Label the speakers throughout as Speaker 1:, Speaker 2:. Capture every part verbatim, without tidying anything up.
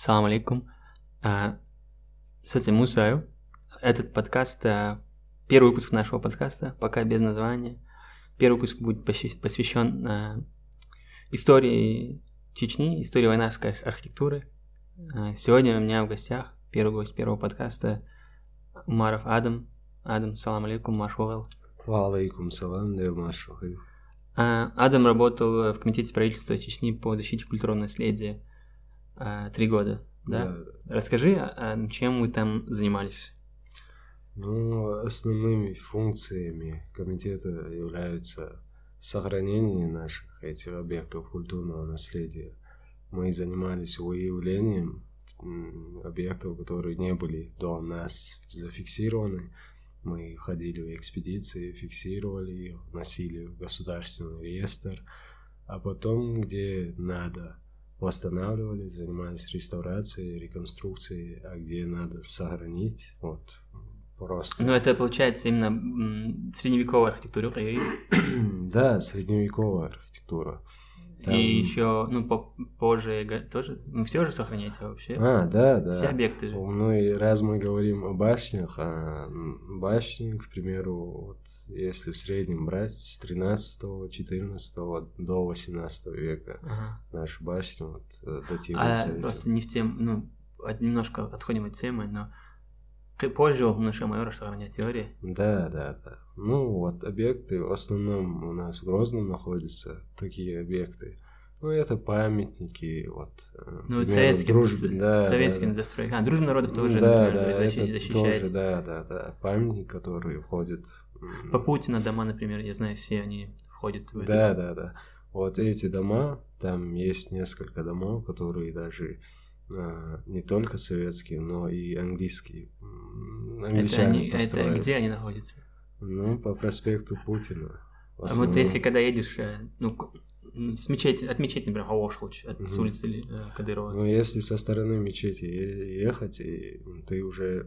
Speaker 1: Салам алейкум. С этим Мусаю. Этот подкаст, первый выпуск нашего подкаста, пока без названия. Первый выпуск будет посвящен истории Чечни, истории войнарской архитектуры. Сегодня у меня в гостях первый гость первого подкаста Умаров Адам. Адам, салам алейкум, машугал.
Speaker 2: Ва алейкум салам, да машугал.
Speaker 1: Адам работал в комитете правительства Чечни по защите культурного наследия три года. Да? Да. Расскажи, чем вы там занимались?
Speaker 2: Ну, основными функциями комитета являются сохранение наших этих объектов культурного наследия. Мы занимались выявлением объектов, которые не были до нас зафиксированы. Мы ходили в экспедиции, фиксировали их, носили в государственный реестр, а потом, где надо, восстанавливали, занимались реставрацией, реконструкцией, а где надо сохранить, вот, просто.
Speaker 1: Ну, это получается именно средневековая архитектура?
Speaker 2: Да, средневековая архитектура.
Speaker 1: Там... И еще, ну, позже тоже, ну, все же сохраняете вообще?
Speaker 2: А, да, да.
Speaker 1: Все объекты же.
Speaker 2: Ну, и раз мы говорим о башнях, а башни, к примеру, вот, если в среднем брать с тринадцатого, четырнадцатого до восемнадцатого века, ага. Наши башни вот, датируются.
Speaker 1: А, просто не в тем, ну, немножко отходим от темы, но позже у нашего майора сохранять теории.
Speaker 2: Да, да, да. Ну, вот объекты в основном у нас в Грозном находятся такие объекты. Ну, это памятники, вот.
Speaker 1: Ну, вот советские, друж... да, советские да, достройки. А, дружба народов тоже,
Speaker 2: да,
Speaker 1: например,
Speaker 2: да,
Speaker 1: защищает.
Speaker 2: Это тоже, да, да, да. Памятник, который входит...
Speaker 1: По Путина дома, например, я знаю, все они входят в это.
Speaker 2: Да, да, да. Вот эти дома, там есть несколько домов, которые даже... не только советские, но и английские. Англичане
Speaker 1: это, они, это где они находятся?
Speaker 2: Ну, по проспекту Путина.
Speaker 1: А вот если когда едешь, ну, с мечети, от мечети, например, Хауошлуч, от
Speaker 2: угу.
Speaker 1: с улицы Кадырова.
Speaker 2: Ну, если со стороны мечети ехать, и ты уже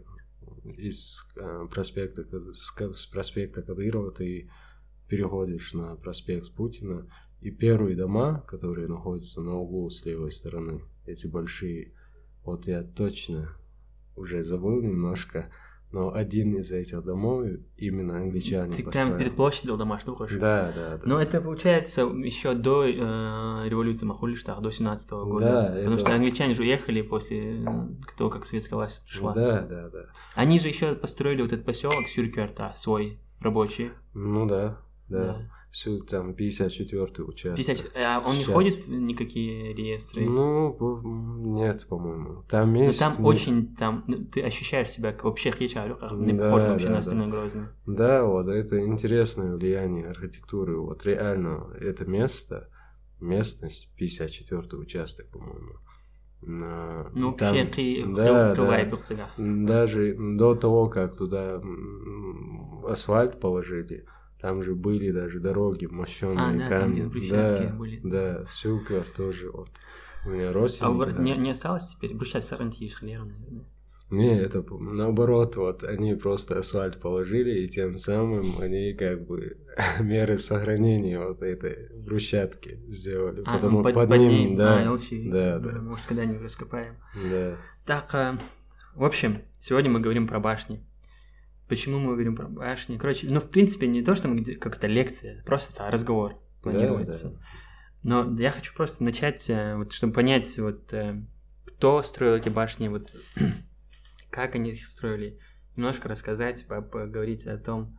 Speaker 2: из проспекта, с проспекта Кадырова ты переходишь на проспект Путина, и первые дома, которые находятся на углу с левой стороны, эти большие, вот я точно уже забыл немножко, но один из этих домов именно англичане
Speaker 1: Ты
Speaker 2: построили.
Speaker 1: Ты там перед площадью дома находишься?
Speaker 2: Да, да, да.
Speaker 1: Но это получается еще до э, революции Махулиштах, до семнадцатого года.
Speaker 2: Да,
Speaker 1: потому
Speaker 2: это...
Speaker 1: что англичане же уехали после того, как советская власть пришла.
Speaker 2: Да, да, да.
Speaker 1: Они же еще построили вот этот поселок Сюркюрта, свой рабочий.
Speaker 2: Ну да, да.
Speaker 1: да.
Speaker 2: Все там пятьдесят четвёртый участок.
Speaker 1: пятьдесят... А он Сейчас. Не входит в никакие реестры?
Speaker 2: Ну, нет, по-моему. Там есть...
Speaker 1: Но там очень, там, ты ощущаешь себя как вообще хичарю, как не да, похож вообще да, на остальное да. Грозное.
Speaker 2: Да, вот это интересное влияние архитектуры. Вот реально это место, местность, пятьдесят четвёртый участок, по-моему.
Speaker 1: На... Ну, вообще ты
Speaker 2: да, да. Даже до того, как туда асфальт положили, там же были даже дороги, мощенные
Speaker 1: а, да,
Speaker 2: камни.
Speaker 1: Там из брусчатки
Speaker 2: да,
Speaker 1: были.
Speaker 2: Да, Сюркюр тоже. Вот. У меня родственники.
Speaker 1: А да. не, не осталось теперь? Брусчатки саранти шхлером, наверное.
Speaker 2: Не, это наоборот, вот они просто асфальт положили, и тем самым они как бы меры сохранения вот этой брусчатки сделали.
Speaker 1: А,
Speaker 2: потому
Speaker 1: под,
Speaker 2: под,
Speaker 1: под
Speaker 2: ним,
Speaker 1: ним,
Speaker 2: да,
Speaker 1: а, лучи,
Speaker 2: да, да.
Speaker 1: Может, когда-нибудь раскопаем.
Speaker 2: Да.
Speaker 1: Так, а, в общем, сегодня мы говорим про башни. Почему мы говорим про башни? Короче, ну, в принципе, не то, что мы как-то лекция, просто это разговор планируется. Да, да. Но я хочу просто начать, вот, чтобы понять, вот, кто строил эти башни, вот, как они их строили, немножко рассказать, поговорить о том,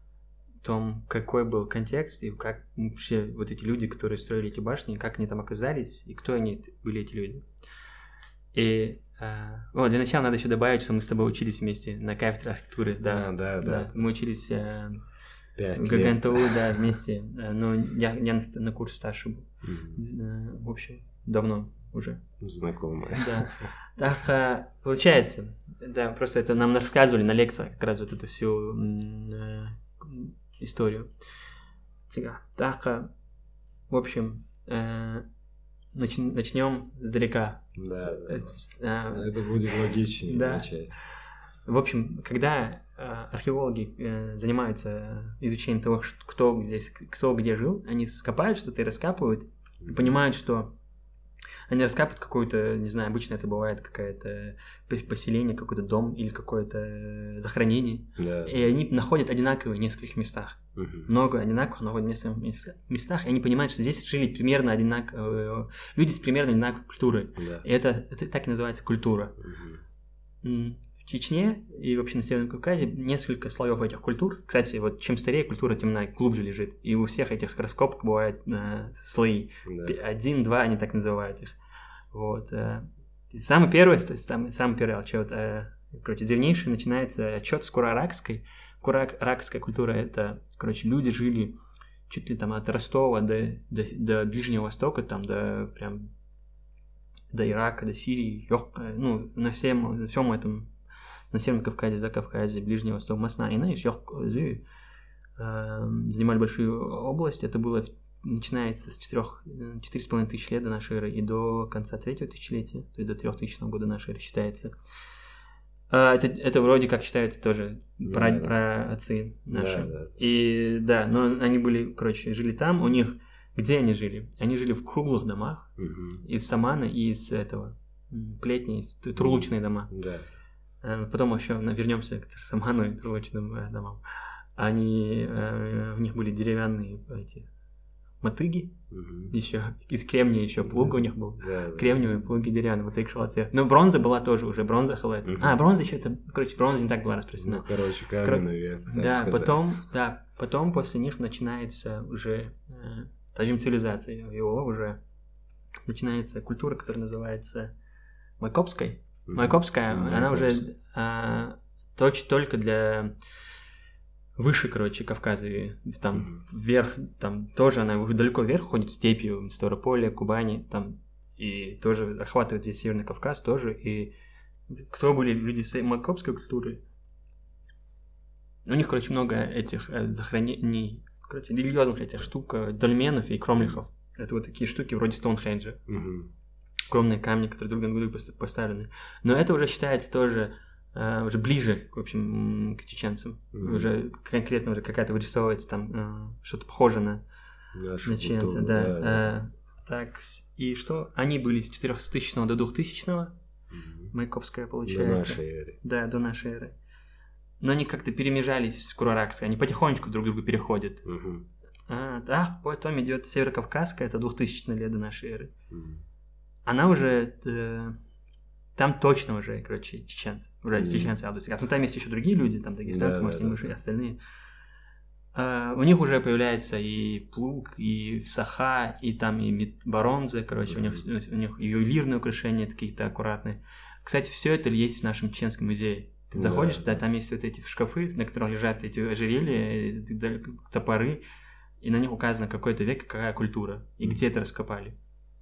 Speaker 1: том, какой был контекст, и как вообще вот эти люди, которые строили эти башни, как они там оказались, и кто они были, эти люди. И О, для начала надо еще добавить, что мы с тобой учились вместе на кафедре архитектуры. Да,
Speaker 2: а, да, да, да.
Speaker 1: Мы учились э, в
Speaker 2: ГГНТУ,
Speaker 1: да, вместе. Но я, я на, на курс старше был. Mm-hmm. В общем, давно уже.
Speaker 2: Знакомые.
Speaker 1: Да. Так, получается, да, просто это нам рассказывали на лекциях как раз вот эту всю э, историю. Так, в общем, э, начнем сдалека.
Speaker 2: Да, да. А, это будет логичнее
Speaker 1: да.
Speaker 2: начать.
Speaker 1: В общем, когда э, археологи э, занимаются изучением того, кто здесь, кто где жил, они копают что-то и раскапывают, и понимают, что Они раскапывают какую-то, не знаю, обычно это бывает какое-то поселение, какой-то дом или какое-то захоронение.
Speaker 2: Да.
Speaker 1: И они находят одинаковые в нескольких местах.
Speaker 2: Угу.
Speaker 1: Много одинаковых находят в нескольких местах, и они понимают, что здесь жили примерно одинаковые, люди с примерно одинаковой культурой.
Speaker 2: Да.
Speaker 1: И это, это так и называется культура.
Speaker 2: Угу.
Speaker 1: В Чечне и вообще на Северном Кавказе несколько слоев этих культур. Кстати, вот чем старее культура, тем она глубже лежит. И у всех этих раскопок бывают э, слои.
Speaker 2: Да.
Speaker 1: Один, два, они так называют их. Вот. Э. Самый первый, самый, самый первый отчет, э, короче, древнейший, начинается отчет с Кураракской. Кураракская культура — это, короче, люди жили чуть ли там от Ростова до, до, до Ближнего Востока, там до прям до Ирака, до Сирии, ну, на всем, на всем этом, на Северном Кавказе, Закавказье, Ближний Восток, Масна, и, знаешь, э, занимали большую область. Это было, начинается с четырех, четыре с половиной тысяч лет до нашей эры и до конца третьего тысячелетия, то есть до трехтысячного года нашей эры считается. Это, это вроде как считается тоже
Speaker 2: Да,
Speaker 1: про,
Speaker 2: да.
Speaker 1: про отцы наши.
Speaker 2: Да, да.
Speaker 1: И да, но они были, короче, жили там, у них, где они жили? Они жили в круглых домах,
Speaker 2: Угу.
Speaker 1: из самана и из этого, плетни, из турлучные дома.
Speaker 2: Да.
Speaker 1: Потом еще вернемся к саману и турлучным домам. Они, у них были деревянные эти мотыги,
Speaker 2: Угу.
Speaker 1: еще из кремния еще плуг у них был.
Speaker 2: Да, да.
Speaker 1: Кремниевые плуги деревянные, мотык шалацер. Но бронза была тоже уже, бронза халается.
Speaker 2: Мгм.
Speaker 1: А, бронза еще это, короче, бронза не так была распространена.
Speaker 2: Ну, короче, каменный век, так
Speaker 1: Да,
Speaker 2: сказать.
Speaker 1: потом, да, потом после них начинается уже э, тажим цивилизации, его уже начинается культура, которая называется Майкопской.
Speaker 2: Мгм.
Speaker 1: Майкопская,
Speaker 2: Мгм.
Speaker 1: она уже
Speaker 2: Майкопская.
Speaker 1: а, точ- только для выше, короче, Кавказа, и там
Speaker 2: Мгм.
Speaker 1: вверх, там тоже она далеко вверх ходит, степью, Ставрополя, Кубани, там, и тоже охватывает весь Северный Кавказ тоже, и кто были люди с Майкопской культуры? У них, короче, много этих э, захоронений, короче, религиозных этих штук, э, дольменов и кромлихов. Это вот такие штуки вроде Стоунхенджа.
Speaker 2: Мгм.
Speaker 1: Огромные камни, которые друг на друга пос- поставлены. Но это уже считается тоже э, уже ближе, в общем, м, к чеченцам.
Speaker 2: Мгм.
Speaker 1: Уже конкретно уже какая-то вырисовывается там э, что-то похожее на,
Speaker 2: Нашу
Speaker 1: на чеченца.
Speaker 2: культуру,
Speaker 1: Да.
Speaker 2: да, да.
Speaker 1: Э, так, с- и что? Они были с четырехтысячного до двухтысячного,
Speaker 2: Мгм.
Speaker 1: Майкопская
Speaker 2: До
Speaker 1: получается.
Speaker 2: нашей эры.
Speaker 1: Да, до нашей эры. Но они как-то перемежались с Кураракской, они потихонечку друг к другу переходят.
Speaker 2: Мгм.
Speaker 1: А, да, потом идет Северокавказская, это двухтысячные лет до нашей эры.
Speaker 2: Мгм.
Speaker 1: Она уже, э, там точно уже, короче, чеченцы, уже
Speaker 2: Мгм.
Speaker 1: чеченцы Абдусикат. Ну, там есть еще другие люди, там дагестанцы,
Speaker 2: Да,
Speaker 1: может,
Speaker 2: да,
Speaker 1: немножко
Speaker 2: да.
Speaker 1: и остальные. А, у них уже появляется и плуг, и саха, и там и мет- бронза, короче, у них, у них и ювелирные украшения какие-то аккуратные. Кстати, все это есть в нашем чеченском музее. Ты
Speaker 2: Да,
Speaker 1: заходишь, да,
Speaker 2: да.
Speaker 1: там есть вот эти шкафы, на которых лежат эти ожерелья, э, да, топоры, и на них указано какой-то век, какая культура, и
Speaker 2: Мгм.
Speaker 1: где это раскопали.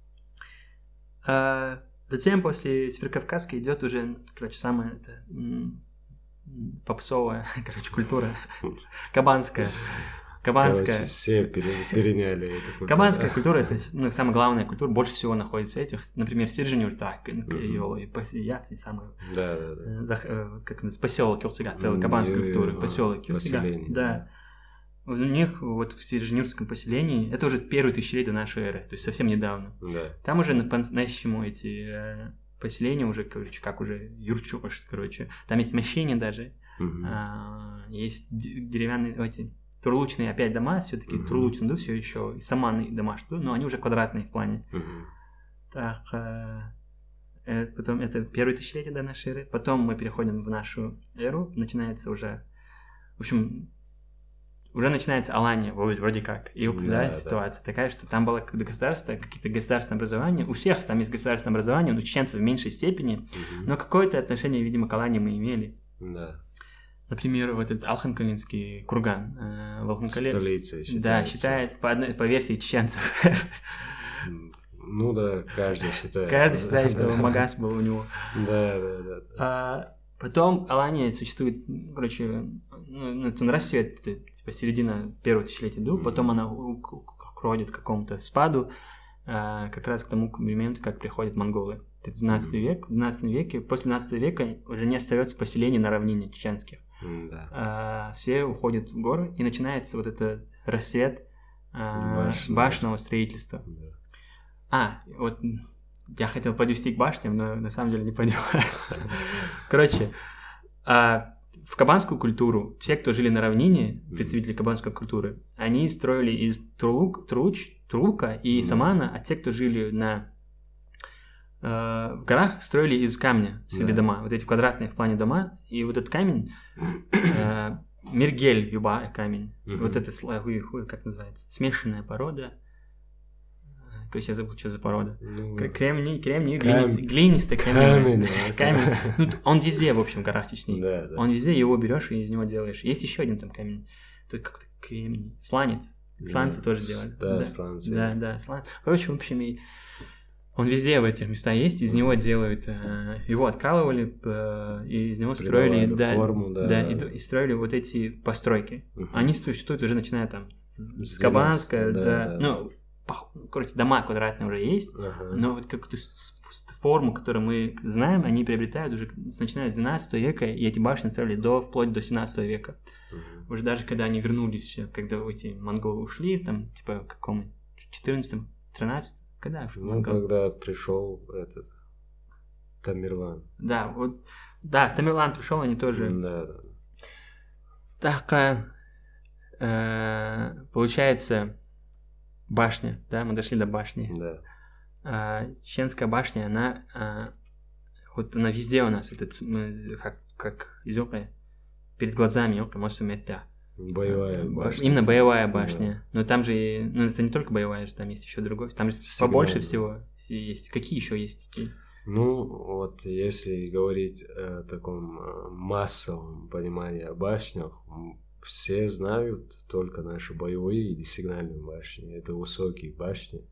Speaker 1: А, затем после Северокавказской идет уже, короче, самая это, м, м, попсовая, короче, культура, кабанская. Кабанская.
Speaker 2: Короче, все пере- переняли эту культуру.
Speaker 1: Кабанская культура, это ну, самая главная культура, больше всего находится этих, например, Сиржинюр, так,
Speaker 2: Мгм.
Speaker 1: и Пасияц, и самый,
Speaker 2: Да, да, да.
Speaker 1: э, зах- э, как называется, поселок Кюрцыга, целая
Speaker 2: М,
Speaker 1: кабанская
Speaker 2: и-
Speaker 1: культура,
Speaker 2: а,
Speaker 1: поселок Кюрцыга,
Speaker 2: поселение,
Speaker 1: да. У них вот в Сиржинюрском поселении, это уже первые тысячелетия нашей эры, то есть совсем недавно.
Speaker 2: Да.
Speaker 1: Там уже на- по-настоящему эти э, поселения уже, короче, как уже юрчуш, короче. Там есть мощение даже,
Speaker 2: Мгм.
Speaker 1: а, есть д- деревянные эти турлучные опять дома, все-таки
Speaker 2: Мгм.
Speaker 1: турлучные, да, все еще, и саманные дома, что, но они уже квадратные в плане.
Speaker 2: Мгм.
Speaker 1: Так, э, э, потом это первое тысячелетие до нашей эры, потом мы переходим в нашу эру, начинается уже, в общем, уже начинается Алания, вроде, вроде как. И
Speaker 2: Да,
Speaker 1: управляется
Speaker 2: да.
Speaker 1: ситуация такая, что там было как государство, какие-то государственные образования. У всех там есть государственное образование, но чеченцев в меньшей степени.
Speaker 2: Мгм.
Speaker 1: Но какое-то отношение, видимо, к Алании мы имели.
Speaker 2: Да.
Speaker 1: Например, вот этот Алханкалинский курган э, в Алханкале.
Speaker 2: Столица считается.
Speaker 1: Да, считает по, одной, по версии чеченцев.
Speaker 2: М, Ну да, каждый считает.
Speaker 1: Каждый считает, что Магас был у него.
Speaker 2: Да, да, да.
Speaker 1: А потом Алания существует, короче, ну, это на рассвет, это, типа середина первого тысячелетия до,
Speaker 2: Мгм.
Speaker 1: потом она у- к- к- уходит к какому-то спаду, а, как раз к тому моменту, как приходят монголы. Это двенадцатый
Speaker 2: Мгм.
Speaker 1: век. В двенадцатом веке, после двенадцатого века уже не остается поселений на равнине чеченских.
Speaker 2: М, Да.
Speaker 1: А, все уходят в горы, и начинается вот этот рассвет а,
Speaker 2: Башенного.
Speaker 1: башенного строительства.
Speaker 2: Да.
Speaker 1: А, вот м, я хотел подвести к башням, но на самом деле не подвел. Короче, в кабанскую культуру, те, кто жили на равнине, представители кабанской культуры, они строили из трулук, трулуч, трулука и самана, а те, кто жили на э, в горах, строили из камня себе да. дома. Вот эти квадратные в плане дома. И вот этот камень, э, миргель, юба камень, mm-hmm. вот это, как называется, смешанная порода. Короче, я забыл, что за порода. Ну, кремний, кремний, глинист, глинистый кремний. Камень. Ну, он везде, в общем, в горах Чечни. Да, да. Он везде, его берешь и из него делаешь. Есть еще один там камень. Тут как-то кремний. Сланец. Сланцы да, тоже делают.
Speaker 2: Да, да, сланцы.
Speaker 1: Да, да, сланцы. Короче, в общем, и он везде в этих местах есть. Из него делают... Его откалывали, и из него строили... Да, форму, да. Да, и, и строили вот эти постройки. Угу. Они существуют уже начиная там с Кабанска, да. да. Ну, короче, дома квадратные уже есть, ага. но вот какую-то форму, которую мы знаем, они приобретают уже начиная с двенадцатого века, и эти башни строили до, вплоть до семнадцатого века. Угу. Уже даже когда они вернулись, когда эти монголы ушли, там, типа, в каком четырнадцатом, тринадцатом, когда уже
Speaker 2: Ну, монголы? Когда пришел этот Тамерлан.
Speaker 1: Да, вот, да, Тамерлан пришел, они тоже...
Speaker 2: Да, да.
Speaker 1: Так, э, получается... Башня, да, мы дошли до башни.
Speaker 2: Да.
Speaker 1: А, Чеченская башня, она а, вот она везде у нас, это мы, как, как изёка, перед глазами, ёка, мосумета.
Speaker 2: Боевая башня.
Speaker 1: Именно боевая башня. Да. Но там же, ну это не только боевая, там есть еще другой, там же Сигнал, побольше да. всего есть. Какие еще есть такие?
Speaker 2: Ну, вот если говорить о таком массовом понимании о башнях, все знают только наши боевые или сигнальные башни. Это высокие башни,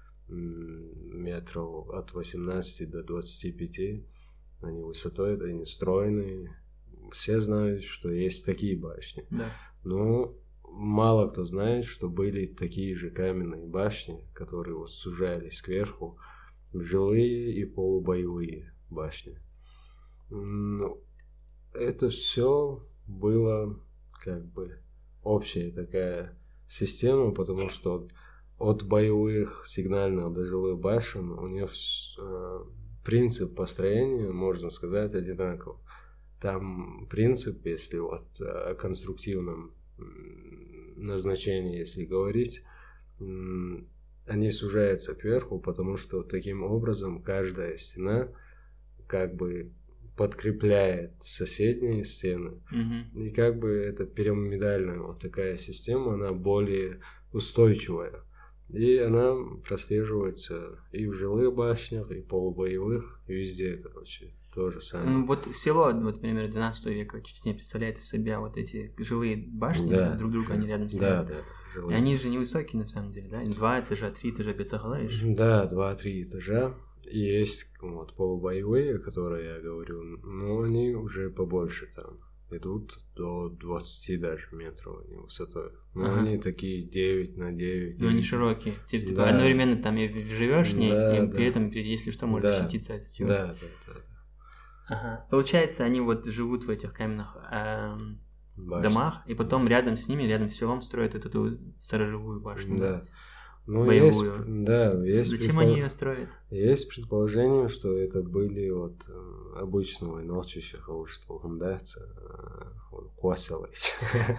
Speaker 2: метров от восемнадцати до двадцати пяти. Они высотой, они стройные. Все знают, что есть такие башни.
Speaker 1: Да.
Speaker 2: Но мало кто знает, что были такие же каменные башни, которые вот сужались кверху, жилые и полубоевые башни. Ну, это все было как бы общая такая система, потому что от боевых сигнальных до жилых башен у них э, принцип построения, можно сказать, одинаков. Там принцип, если вот о конструктивном назначении, если говорить, э, они сужаются кверху, потому что таким образом каждая стена как бы подкрепляет соседние стены.
Speaker 1: Mm-hmm.
Speaker 2: И как бы это пирамидальная вот такая система, она более устойчивая. И она прослеживается и в жилых башнях, и полубоевых, и везде, короче, то же самое.
Speaker 1: Ну, вот село, вот, например, двенадцатого века Чечни представляет из себя вот эти жилые башни,
Speaker 2: да,
Speaker 1: друг друга,
Speaker 2: да,
Speaker 1: они рядом стоят.
Speaker 2: Да, да,
Speaker 1: жилые. И они же невысокие, на самом деле, да? Два этажа, три этажа, пиццахалаешь?
Speaker 2: Да, два-три этажа. И есть вот полубоевые, которые я говорю, но они уже побольше там. Идут до двадцати даже метров они высотой. Но ага. они такие девять на девять.
Speaker 1: Но они широкие. Типа, да. одновременно там и живешь в ней, да, и да. при этом, если что, можно да. защититься от чего-то.
Speaker 2: Да, да, да. да.
Speaker 1: Ага. Получается, они вот живут в этих каменных эм, домах, и потом рядом с ними, рядом с селом строят вот эту сторожевую башню.
Speaker 2: Да. Ну,
Speaker 1: боевую.
Speaker 2: Есть, да, есть
Speaker 1: Зачем
Speaker 2: предпол...
Speaker 1: они ее строят?
Speaker 2: Есть предположение, что это были вот обычного ночищих уштолгандайца Косилыч.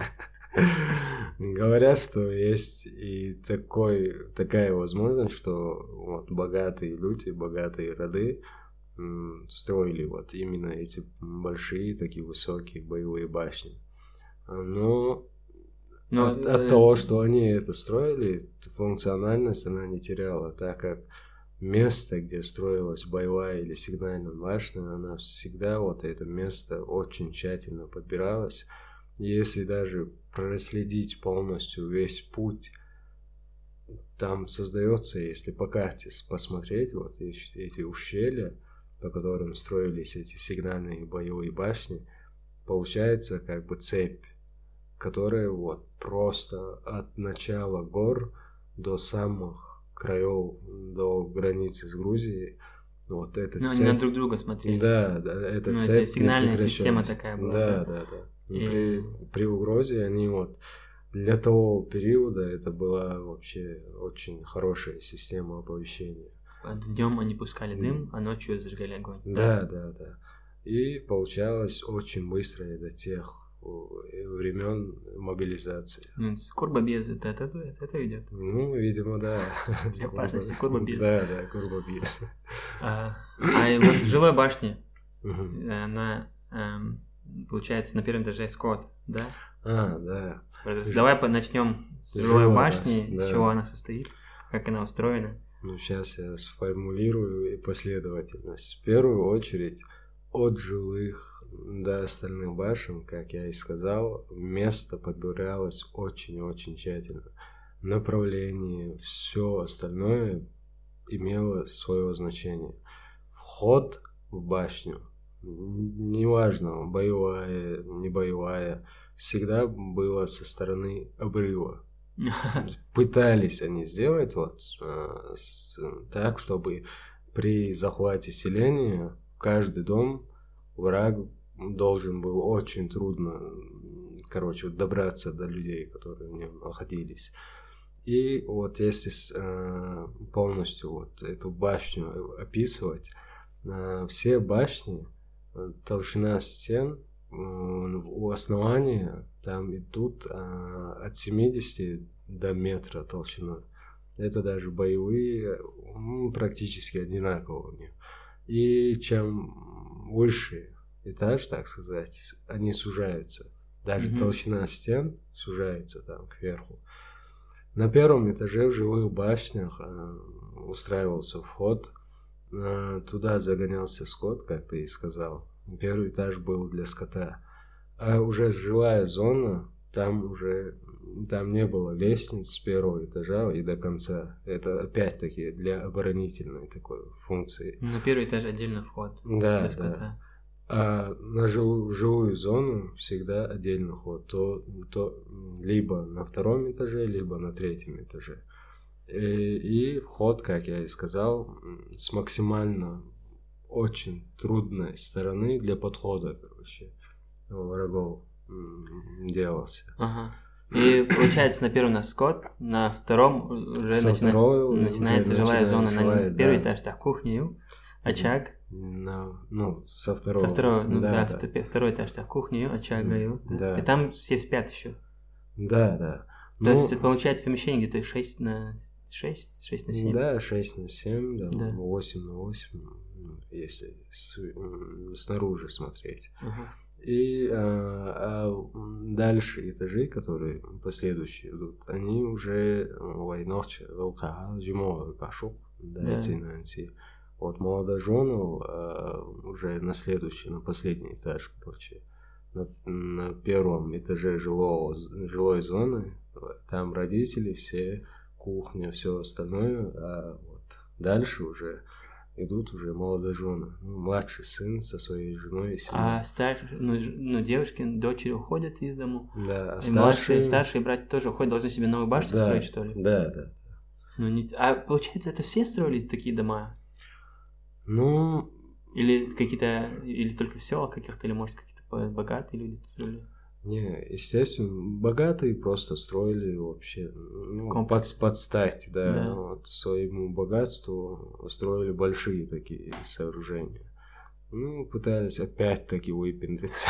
Speaker 2: Говорят, что есть и такой, такая возможность, что вот богатые люди, богатые роды строили вот именно эти большие, такие высокие боевые башни. Но
Speaker 1: Но,
Speaker 2: от, от того, что они это строили, функциональность она не теряла, так как место, где строилась боевая или сигнальная башня, она всегда, вот это место очень тщательно подбиралось. И если даже проследить полностью весь путь, там создается, если по карте посмотреть, вот эти ущелья, по которым строились эти сигнальные боевые башни, получается как бы цепь, которая вот просто от начала гор до самых краев, до границы с Грузией, вот эта
Speaker 1: ну,
Speaker 2: цепь...
Speaker 1: они на друг друга смотрели.
Speaker 2: Да, да, эта
Speaker 1: ну,
Speaker 2: цепь...
Speaker 1: Это сигнальная система такая была.
Speaker 2: Да, да, да. И... При, при угрозе они вот... Для того периода это была вообще очень хорошая система оповещения.
Speaker 1: Днем они пускали дым, а ночью зажигали огонь.
Speaker 2: Да, да, да. И получалось очень быстро до тех времен мобилизации.
Speaker 1: Ну, Курбабез, это, это, это, это идет?
Speaker 2: Ну, видимо, да.
Speaker 1: Для опасности Курбабез.
Speaker 2: Да, да, Курбабез.
Speaker 1: А, а вот в жилой башне, она, эм, получается, на первом этаже скот, да?
Speaker 2: А, да.
Speaker 1: Давай начнем с жилой башни, из чего она состоит, как она устроена.
Speaker 2: Ну, сейчас я сформулирую и последовательность. В первую очередь, от жилых до остальных башен, как я и сказал, место подбиралось очень-очень тщательно. Направление, все остальное имело свое значение. Вход в башню, неважно, боевая, не боевая, всегда было со стороны обрыва. Пытались они сделать вот э, с, так, чтобы при захвате селения каждый дом враг должен был очень трудно, короче, вот добраться до людей, которые в нем находились. И вот если э, полностью вот эту башню описывать, э, все башни, толщина стен э, у основания там идут э, от семидесяти до метра толщиной. Это даже боевые ну, практически одинаково у них. И чем выше этаж, так сказать, они сужаются. Даже mm-hmm. толщина стен сужается там кверху. На первом этаже в жилых башнях э, устраивался вход. Э, туда загонялся скот, как ты и сказал. Первый этаж был для скота. А уже жилая зона, там уже там не было лестниц с первого этажа и до конца. Это опять-таки для оборонительной такой функции.
Speaker 1: На первый этаж отдельно вход
Speaker 2: да,
Speaker 1: для скота.
Speaker 2: Да. А на жилую, жилую зону всегда отдельный вход. То, то либо на втором этаже, либо на третьем этаже. И, и вход, как я и сказал, с максимально очень трудной стороны для подхода, короче, врагов делался.
Speaker 1: Ага. И получается, на первом у нас скот, на втором уже
Speaker 2: Со
Speaker 1: начина...
Speaker 2: второй
Speaker 1: начинается
Speaker 2: уже
Speaker 1: жилая зона.
Speaker 2: жилая,
Speaker 1: на первый
Speaker 2: да.
Speaker 1: этаж, так, кухню, очаг.
Speaker 2: На, ну, со второго.
Speaker 1: Со второго, ну да,
Speaker 2: да,
Speaker 1: да. Второй этаж, так, кухню, очагаю. Да.
Speaker 2: Да.
Speaker 1: И там все спят еще.
Speaker 2: Да, да.
Speaker 1: То
Speaker 2: ну,
Speaker 1: есть это получается помещение где-то шесть на шесть, шесть на семь.
Speaker 2: Да, шесть на семь, да,
Speaker 1: да.
Speaker 2: восемь на восемь, если с, снаружи смотреть.
Speaker 1: Uh-huh.
Speaker 2: И а, а дальше этажи, которые последующие идут, они уже войночи, волка, зимовый кашук, да, эти от молодоженов а, уже на следующий, на последний этаж, короче, на, на первом этаже жилого, жилой зоны, там родители, все, кухня, все остальное, а вот дальше уже идут уже молодожены, ну, младший сын со своей женой и семьей.
Speaker 1: А старшие, ну, ну девушки, дочери уходят из дому.
Speaker 2: Да, а
Speaker 1: и
Speaker 2: старшие...
Speaker 1: младшие, старшие братья тоже уходят, должны себе новую башню
Speaker 2: да,
Speaker 1: строить, что ли?
Speaker 2: Да, да.
Speaker 1: Ну, не... А получается, это все строили такие дома?
Speaker 2: Ну...
Speaker 1: Или какие-то, или только в селах каких-то, или может какие-то богатые люди строили?
Speaker 2: Не, естественно, богатые просто строили вообще ну, под, под стать, да, да. Вот, своему богатству строили большие такие сооружения. Ну, пытались опять-таки выпендриться.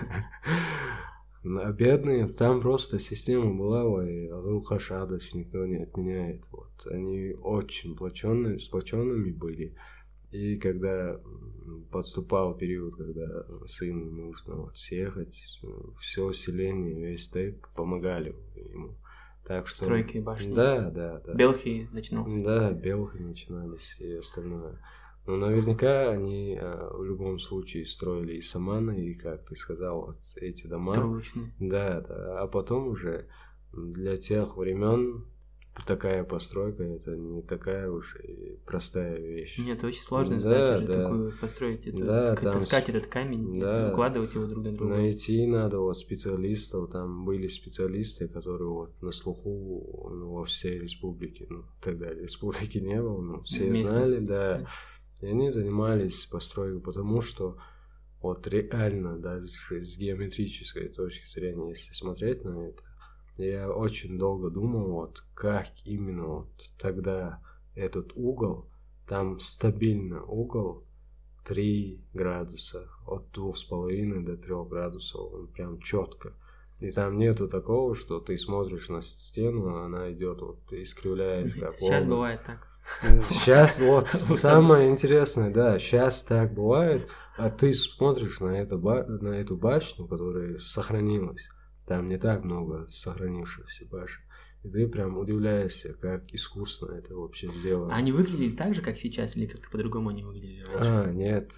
Speaker 2: А бедные, там просто система была, и алкашадыш никто не отменяет. Вот. Они очень сплоченными, сплоченными были. И когда подступал период, когда сыну нужно вот съехать, все селение, весь стейп помогали ему. Так что...
Speaker 1: Стройки, башни.
Speaker 2: Да, да, да.
Speaker 1: Белхи начинался.
Speaker 2: Да, белхи начинались и остальное. Но наверняка они в любом случае строили и саманы, и, как ты сказал, вот эти дома.
Speaker 1: Трубочные.
Speaker 2: Да, да. А потом уже для тех времен такая постройка, это не такая уж и простая вещь.
Speaker 1: Нет, это очень сложно
Speaker 2: да,
Speaker 1: сдать уже
Speaker 2: да.
Speaker 1: такую, построить это,
Speaker 2: да,
Speaker 1: таскать
Speaker 2: там,
Speaker 1: этот камень,
Speaker 2: да,
Speaker 1: укладывать его друг на друга.
Speaker 2: Найти надо вот специалистов, там были специалисты, которые вот на слуху ну, во всей республике, ну тогда республики не было, но все местность. Знали, да, да, и они занимались постройкой, потому что вот реально даже с геометрической точки зрения, если смотреть на это, я очень долго думал, вот как именно вот тогда этот угол там стабильно угол три градуса, от двух с половиной до трех градусов, он прям четко. И там нету такого, что ты смотришь на стену, а она идет вот искривляясь, как
Speaker 1: Сейчас
Speaker 2: волна.
Speaker 1: бывает так.
Speaker 2: Сейчас вот самое интересное, да, сейчас так бывает, а ты смотришь на, это, на эту башню, которая сохранилась, там не так много сохранившихся башен, и ты прям удивляешься, как искусно это вообще сделано.
Speaker 1: А они выглядели так же, как сейчас, или как-то по-другому они выглядели раньше?
Speaker 2: А, нет,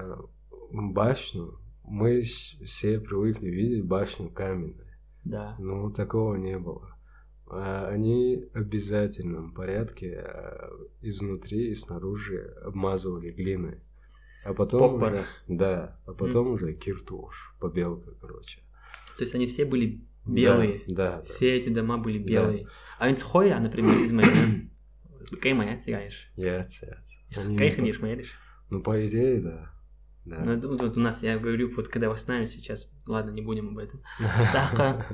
Speaker 2: башню мы все привыкли видеть башню каменную.
Speaker 1: Да.
Speaker 2: Но такого не было. Они в обязательном порядке изнутри и снаружи обмазывали глиной. А потом
Speaker 1: Поппер.
Speaker 2: уже, да, а потом mm. уже киртуш, побелка, короче.
Speaker 1: То есть они все были белые.
Speaker 2: Да, да.
Speaker 1: Все
Speaker 2: да.
Speaker 1: эти дома были белые. Да. А ведь Хоя, например, из Майдана. Какая моя цыгаешь?
Speaker 2: Я цыгаешь.
Speaker 1: Какая ходишь, моешь?
Speaker 2: Ну, по идее, да. Да.
Speaker 1: Ну, вот у нас, я говорю, вот когда восстановим сейчас, ладно, не будем об этом. Так,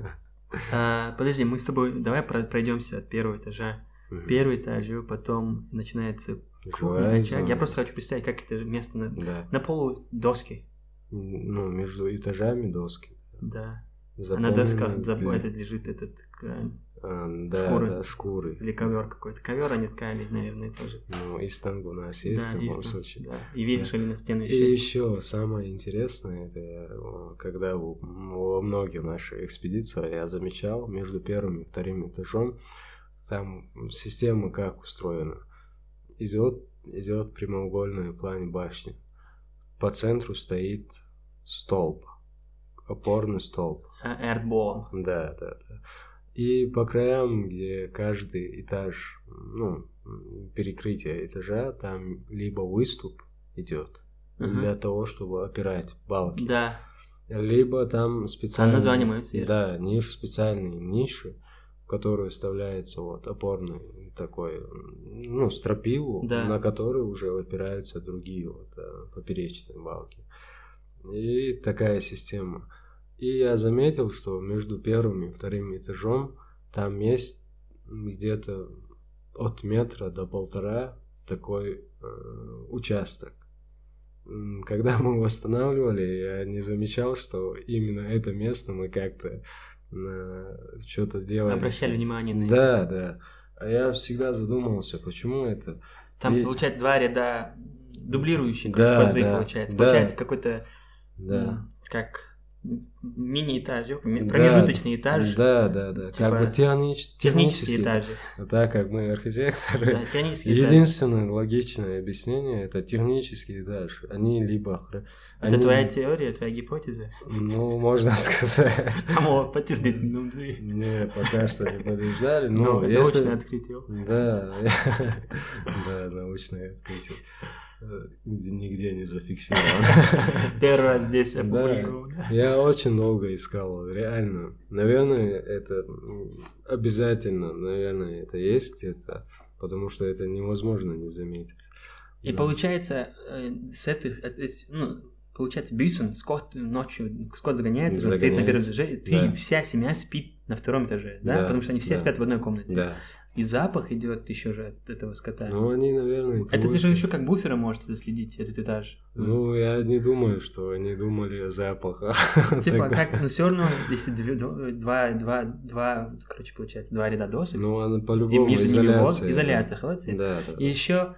Speaker 1: а, подожди, мы с тобой, давай пройдемся от первого этажа. Угу. Первый этаж, потом начинается кухня, очаг. Я просто хочу представить, как это место на,
Speaker 2: да.
Speaker 1: на полу доски.
Speaker 2: Ну, между этажами доски.
Speaker 1: Да.
Speaker 2: Запомнили,
Speaker 1: а на досках заб... этот лежит этот
Speaker 2: а, да,
Speaker 1: шкуры.
Speaker 2: Да, шкуры.
Speaker 1: Или ковер какой-то. Ковер они ткали, наверное, тоже.
Speaker 2: Ну, истанг у нас есть,
Speaker 1: да,
Speaker 2: в любом случае.
Speaker 1: Да. И вешали да. на стену еще.
Speaker 2: И еще самое интересное, это когда во многих наших экспедициях я замечал, между первым и вторым этажом, там система как устроена. Идет, идет прямоугольная в плане башни. По центру стоит столб, опорный столб.
Speaker 1: Эрдбол.
Speaker 2: Да, да, да. И по краям, где каждый этаж, ну, перекрытие этажа, там либо выступ идет uh-huh. для того, чтобы опирать балки.
Speaker 1: Да.
Speaker 2: Либо там специальные...
Speaker 1: А название мое цвет.
Speaker 2: Да, ниш, специальные ниши, в которые вставляется вот опорный такой, ну, стропилу,
Speaker 1: да.
Speaker 2: на который уже опираются другие вот поперечные балки. И такая система. И я заметил, что между первым и вторым этажом там есть где-то от метра до полтора такой э, участок. Когда мы восстанавливали, я не замечал, что именно это место мы как-то э, что-то делали.
Speaker 1: Обращали внимание на
Speaker 2: да,
Speaker 1: это.
Speaker 2: Да, да. А я всегда задумался, почему это...
Speaker 1: Там,
Speaker 2: и...
Speaker 1: получается, два ряда дублирующие
Speaker 2: да,
Speaker 1: пазы,
Speaker 2: да,
Speaker 1: получается.
Speaker 2: Да.
Speaker 1: Получается, какой-то,
Speaker 2: да.
Speaker 1: как... мини-этаж, промежуточный
Speaker 2: да,
Speaker 1: этаж.
Speaker 2: Да, да, да.
Speaker 1: Типа
Speaker 2: как бы технич,
Speaker 1: технические этажи.
Speaker 2: Так как мы архитекторы.
Speaker 1: Да, технические
Speaker 2: единственное
Speaker 1: этажи.
Speaker 2: Логичное объяснение это технический этаж. Они либо...
Speaker 1: Это
Speaker 2: они...
Speaker 1: твоя теория, твоя гипотеза?
Speaker 2: Ну, можно сказать.
Speaker 1: Там подтвердить. Ну,
Speaker 2: не, пока что не подтверждали. Но
Speaker 1: ну,
Speaker 2: если...
Speaker 1: научное открытие.
Speaker 2: Да, да, научное открытие. Нигде не зафиксировано.
Speaker 1: Первый раз здесь опубликовано.
Speaker 2: Да, я очень долго искал, реально. Наверное, это обязательно, наверное, это есть где-то, потому что это невозможно не заметить.
Speaker 1: И
Speaker 2: да. Получается,
Speaker 1: с этих, ну, получается, Бюсен, Скотт ночью, Скотт загоняется, он стоит на первом этаже, и ты, да. Вся семья спит на втором этаже, да? да потому что они все да. спят в одной комнате.
Speaker 2: Да.
Speaker 1: И запах идет еще же от этого скота.
Speaker 2: Ну, они, наверное...
Speaker 1: Это ты же еще как буфера может это следить, этот этаж.
Speaker 2: Ну, я не думаю, что они думали о запахах.
Speaker 1: Типа, как, ну, все равно, если два, два, два, короче, получается, два ряда досок.
Speaker 2: Ну, она по-любому изоляция.
Speaker 1: Изоляция, холодцы.
Speaker 2: Да, да.
Speaker 1: И еще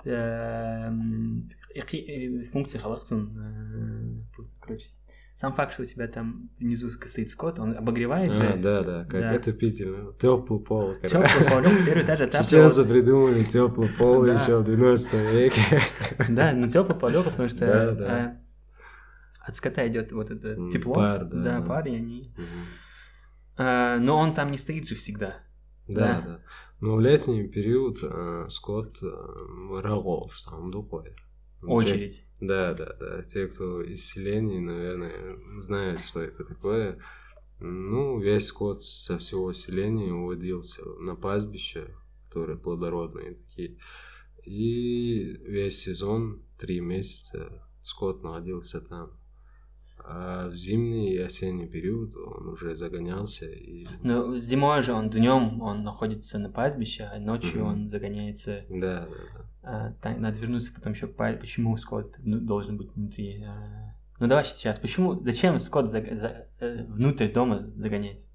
Speaker 1: функция холодца, короче. Сам факт, что у тебя там внизу стоит скот, он обогревает
Speaker 2: а,
Speaker 1: же.
Speaker 2: Да, да, как да. отопительный. Теплый пол.
Speaker 1: Теплый пол, первый этаж отапливал.
Speaker 2: Сейчас придумали теплый пол да. еще в двенадцатом веке.
Speaker 1: Да, ну теплый полёк, потому что
Speaker 2: да, да.
Speaker 1: А, от скота идет вот это тепло.
Speaker 2: Пар, да.
Speaker 1: Да,
Speaker 2: да.
Speaker 1: пар, и они...
Speaker 2: Угу.
Speaker 1: А, но он там не стоит же всегда.
Speaker 2: Да, да. да. Но в летний период а, скот а, рогов в самом уходит.
Speaker 1: Очередь.
Speaker 2: Те, да, да, да. Те, кто из селений, наверное, знают, что это такое. Ну, весь скот со всего селения уводился на пастбище, которые плодородные такие. И весь сезон, три месяца, скот находился там. А в зимний и осенний период он уже загонялся. И...
Speaker 1: Ну, зимой же он днем он находится на пастбище, а ночью mm-hmm. он загоняется.
Speaker 2: Да, да, да.
Speaker 1: так, надо вернуться потом еще, почему скот должен быть внутри. Ну давай сейчас, почему, зачем скот за, за, внутрь дома загонять?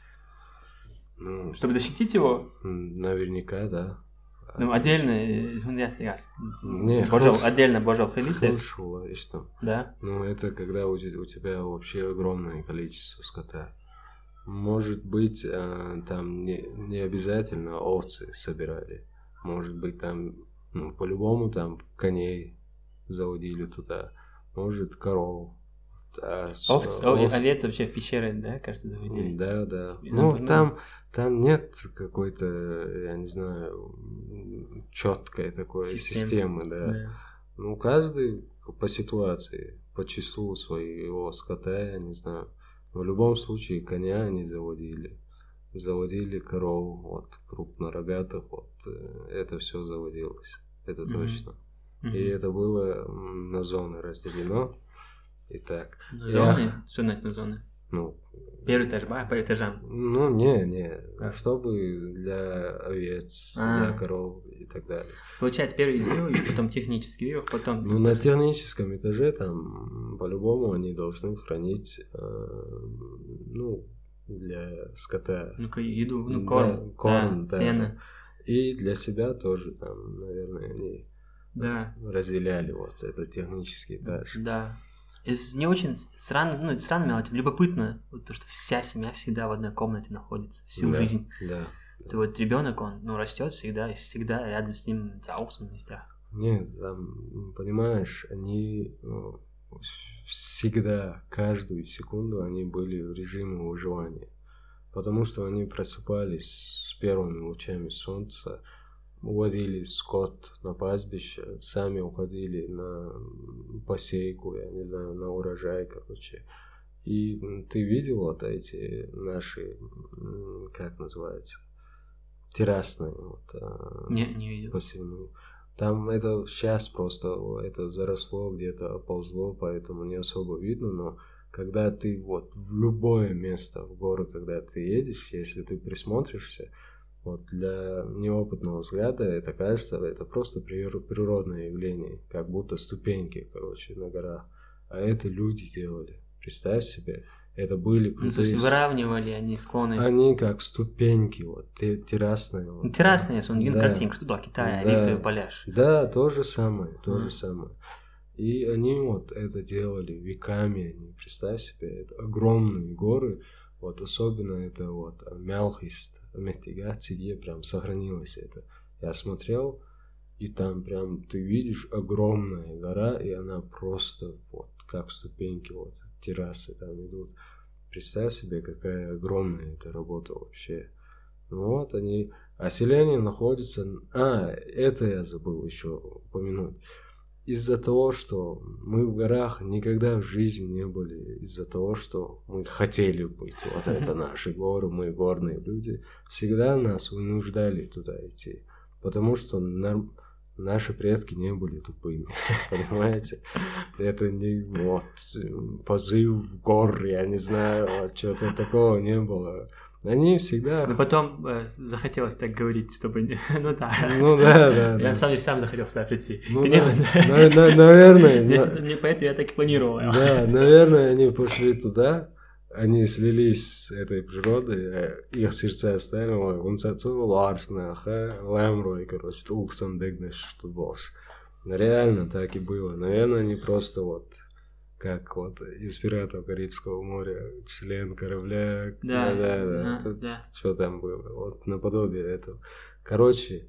Speaker 2: Ну,
Speaker 1: чтобы защитить его?
Speaker 2: Наверняка, да.
Speaker 1: Ну, отдельно, измуняться,
Speaker 2: не,
Speaker 1: божал, отдельно божал хилиться.
Speaker 2: Хорошо, и что?
Speaker 1: Да.
Speaker 2: Ну, это когда у, у тебя вообще огромное количество скота. Может быть, там не, не обязательно овцы собирали. Может быть, там, ну, по-любому там коней заводили туда. Может, коров. А,
Speaker 1: Овц, ов... Овец вообще в пещеры, да, кажется, заводили?
Speaker 2: Да, да. Ну, ну, там, там нет какой-то, я не знаю, четкой такой системы, системы, да. да. Ну, каждый по ситуации, по числу своего скота, я не знаю. Но в любом случае, коня они заводили. Заводили коров, вот, крупнорогатых, вот, это все заводилось. Это mm-hmm. точно. Mm-hmm. И это было на зоны разделено. Итак.
Speaker 1: На зоны? Я... Что значит на зоны?
Speaker 2: Ну,
Speaker 1: первый этаж, а по этажам?
Speaker 2: Ну, не, не. Как? Чтобы для овец, А-а-а. для коров и так далее.
Speaker 1: Получается, первый вверх, потом технический вверх, потом...
Speaker 2: Ну, на техническом этаже там по-любому они должны хранить, э, ну, для скота.
Speaker 1: Ну, еду, ну, корм, да, корм да, да, сено.
Speaker 2: И для себя тоже там, наверное, они
Speaker 1: да.
Speaker 2: разделяли вот этот технический этаж.
Speaker 1: Да. И не очень странно, ну, странно, мелочь, любопытно, вот то, что вся семья всегда в одной комнате находится всю
Speaker 2: да,
Speaker 1: жизнь.
Speaker 2: Да.
Speaker 1: То вот ребенок, он, ну, растет всегда, и всегда рядом с ним в местах.
Speaker 2: Нет, там, понимаешь, они ну, всегда, каждую секунду они были в режиме выживания. Потому что они просыпались с первыми лучами солнца, уводили скот на пастбище, сами уходили на посейку, я не знаю, на урожай, короче. И ты видел вот эти наши, как называется, террасные вот,
Speaker 1: не, не видел.
Speaker 2: Посевные. Там это сейчас просто это заросло, где-то оползло, поэтому не особо видно, но когда ты вот в любое место в горы, когда ты едешь, если ты присмотришься, вот для неопытного взгляда это кажется, это просто природное явление, как будто ступеньки, короче, на горах. А это люди делали. Представь себе, это были крутые...
Speaker 1: Ну, то есть выравнивали они склоны.
Speaker 2: Они как ступеньки, вот, террасные. Вот,
Speaker 1: ну, террасные, да. Картинка, что туда, Китай, да. Рисовый поляж.
Speaker 2: Да, то же самое, то mm. же самое. И они вот это делали веками, они, представь себе, это огромные горы, вот особенно это вот Мялхист, Мехтигаци, где прям сохранилось это. Я смотрел, и там прям ты видишь огромная гора, и она просто вот как ступеньки, вот террасы там идут. Представь себе, какая огромная эта работа вообще. Ну вот они, а селение находится, а, это я забыл еще упомянуть. Из-за того, что мы в горах никогда в жизни не были, из-за того, что мы хотели быть, вот это наши горы, мы горные люди, всегда нас вынуждали туда идти, потому что нам, наши предки не были тупыми, понимаете? Это не вот позыв в гор, я не знаю, вот, что-то такого не было. Они всегда...
Speaker 1: Но потом э, захотелось так говорить, чтобы... ну да.
Speaker 2: Ну да, да.
Speaker 1: Я сам, сам захотел сюда прийти.
Speaker 2: Ну, да. Наверное.
Speaker 1: Если поэтому я так и планировал.
Speaker 2: Да, наверное, они пошли туда, они слились с этой природой, их сердца стали, он сацул, аршнаха, лэмрой, короче, тулксам дэгнеш, тут больше. Реально так и было. Наверное, они просто вот... как вот из «Пиратов Карибского моря», член корабля,
Speaker 1: да,
Speaker 2: да, да, да,
Speaker 1: да, да.
Speaker 2: Что там было, вот наподобие этого. Короче,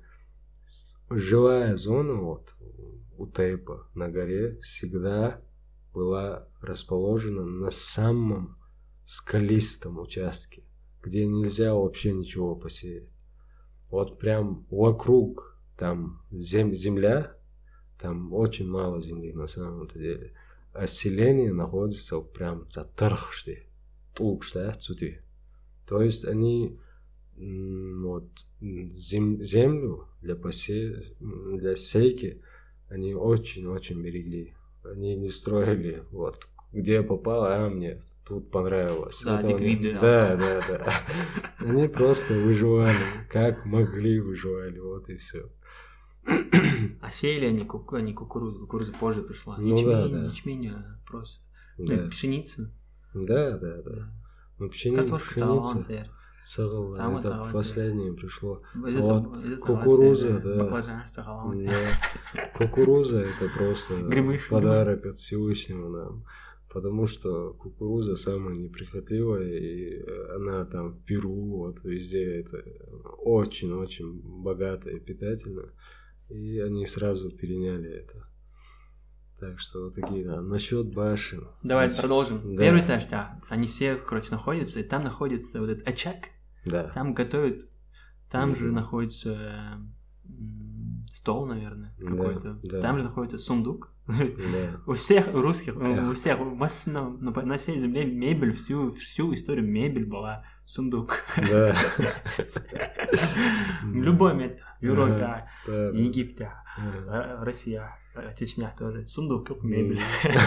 Speaker 2: жилая зона вот у Тейпа на горе всегда была расположена на самом скалистом участке, где нельзя вообще ничего посеять. Вот прям вокруг там зем- земля, там очень мало земли на самом-то деле. А селение находится прям за Тархште, Тулкште, отсюда. То есть они вот, зем, землю для, посе, для сейки они очень-очень берегли. Они не строили, вот, где попало, а мне тут понравилось.
Speaker 1: Да,
Speaker 2: вот
Speaker 1: виды,
Speaker 2: да, да, да. Они просто выживали, как могли выживали, вот и все.
Speaker 1: А сеяли они, куку, они кукурузу, кукуруза позже пришла.
Speaker 2: Ну,
Speaker 1: ячмень,
Speaker 2: да, да.
Speaker 1: ячмень просто.
Speaker 2: Да.
Speaker 1: Ну, пшеницу.
Speaker 2: Да, да, да. Ну, пшени...
Speaker 1: Картошка
Speaker 2: пшеница.
Speaker 1: Сағалан,
Speaker 2: Сағалан, это
Speaker 1: сағалан,
Speaker 2: последнее пришло.
Speaker 1: Это
Speaker 2: Вот
Speaker 1: это
Speaker 2: кукуруза, да.
Speaker 1: Баклажан, сағалан.
Speaker 2: Да. Кукуруза это просто
Speaker 1: Грибы.
Speaker 2: подарок от Всевышнего нам. Потому что кукуруза самая неприхотливая, и она там в Перу, вот везде это очень-очень богато и питательно. И они сразу переняли это. Так что вот такие, да. Насчет башен.
Speaker 1: Давай
Speaker 2: Значит,
Speaker 1: продолжим.
Speaker 2: Да.
Speaker 1: Первый этаж, да, они все, короче, находятся, и там находится вот этот очаг,
Speaker 2: Да.
Speaker 1: там готовят, там
Speaker 2: Мгм.
Speaker 1: же находится м, стол, наверное,
Speaker 2: Да,
Speaker 1: какой-то,
Speaker 2: да.
Speaker 1: там же находится сундук.
Speaker 2: Да.
Speaker 1: У всех русских,
Speaker 2: Эх.
Speaker 1: у всех, в основном, на, на всей земле мебель, всю, всю историю мебель была сундук.
Speaker 2: Да.
Speaker 1: В любом месте, в Европе,
Speaker 2: Да, да.
Speaker 1: Египте,
Speaker 2: Да.
Speaker 1: Р- Россия, Чечня тоже, сундук, как мебель.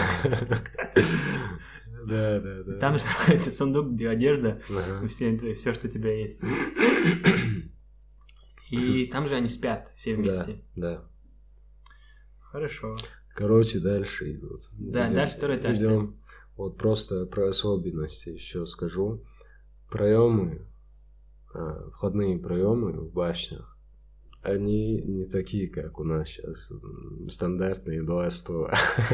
Speaker 2: Да, да, да.
Speaker 1: Там же находится сундук, где одежда,
Speaker 2: Ага.
Speaker 1: все, все, что у тебя есть. И там же они спят все
Speaker 2: Да,
Speaker 1: вместе.
Speaker 2: да.
Speaker 1: Хорошо.
Speaker 2: Короче, дальше идут.
Speaker 1: Да,
Speaker 2: Идем-
Speaker 1: дальше второй этаж.
Speaker 2: идем. Вот просто про особенности еще скажу. Проемы, а, входные проемы в башнях, они не такие, как у нас сейчас, м, стандартные два ствола.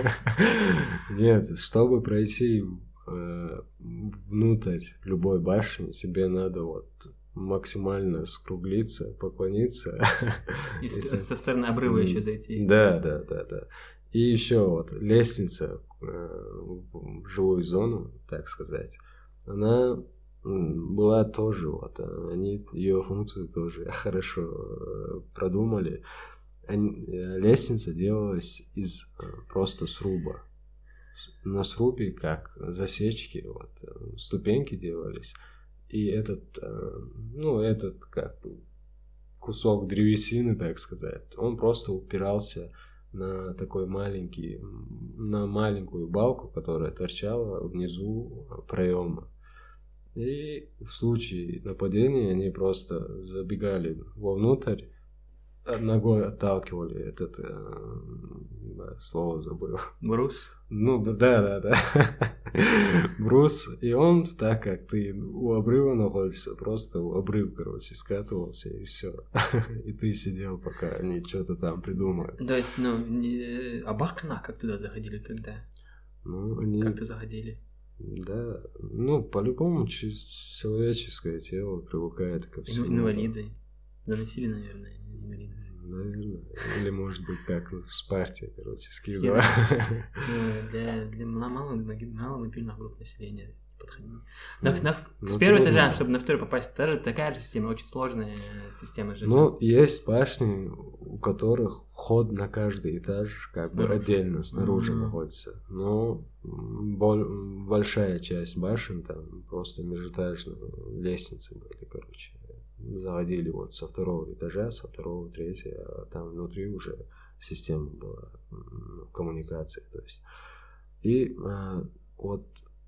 Speaker 2: Нет, чтобы пройти э, внутрь любой башни, тебе надо вот максимально скруглиться, поклониться.
Speaker 1: И с-
Speaker 2: Это-
Speaker 1: со стороны обрыва
Speaker 2: М,
Speaker 1: еще зайти.
Speaker 2: Да, да, да, да. И еще вот лестница э, в жилую зону, так сказать, она м, была тоже вот, э, они ее функцию тоже хорошо э, продумали. Они- э, лестница делалась из э, просто сруба. С- На срубе как засечки, вот э, ступеньки делались, и этот, э, ну этот как бы кусок древесины, так сказать, он просто упирался на такой маленький, м, на маленькую балку, которая торчала внизу проема. И в случае нападения они просто забегали вовнутрь, а ногой отталкивали этот, э, да, слово забыл.
Speaker 1: Брус.
Speaker 2: Ну, да, да, да. Брус. И он, так как ты у обрыва находишься, просто у обрыв, короче, скатывался, и все. И ты сидел, пока они что-то там придумают.
Speaker 1: То есть, ну, не... а Бахкана как туда заходили тогда?
Speaker 2: Ну, они...
Speaker 1: Как-то заходили?
Speaker 2: Да, ну, по-любому ч- человеческое тело привыкает ко
Speaker 1: Ин-
Speaker 2: всему.
Speaker 1: Инвалиды. Заносили, наверное, инвалиды.
Speaker 2: Наверное. Или, может быть, как в Спарте, короче, скидывали.
Speaker 1: Ну, для, для маломобильных маломобильных групп населения подходили. На,
Speaker 2: Ну,
Speaker 1: на-
Speaker 2: ну,
Speaker 1: с первого
Speaker 2: трудно.
Speaker 1: этажа, чтобы на второй попасть, тоже такая же система, очень сложная система же.
Speaker 2: Ну, есть башни, у которых вход на каждый этаж как
Speaker 1: Снаружи.
Speaker 2: бы отдельно снаружи
Speaker 1: М.
Speaker 2: находится. Но м, бол- большая часть башен там просто межэтажные лестницы были, короче. Заводили вот со второго этажа, со второго, третьего, а там внутри уже система была м, коммуникации. То есть. И а, вот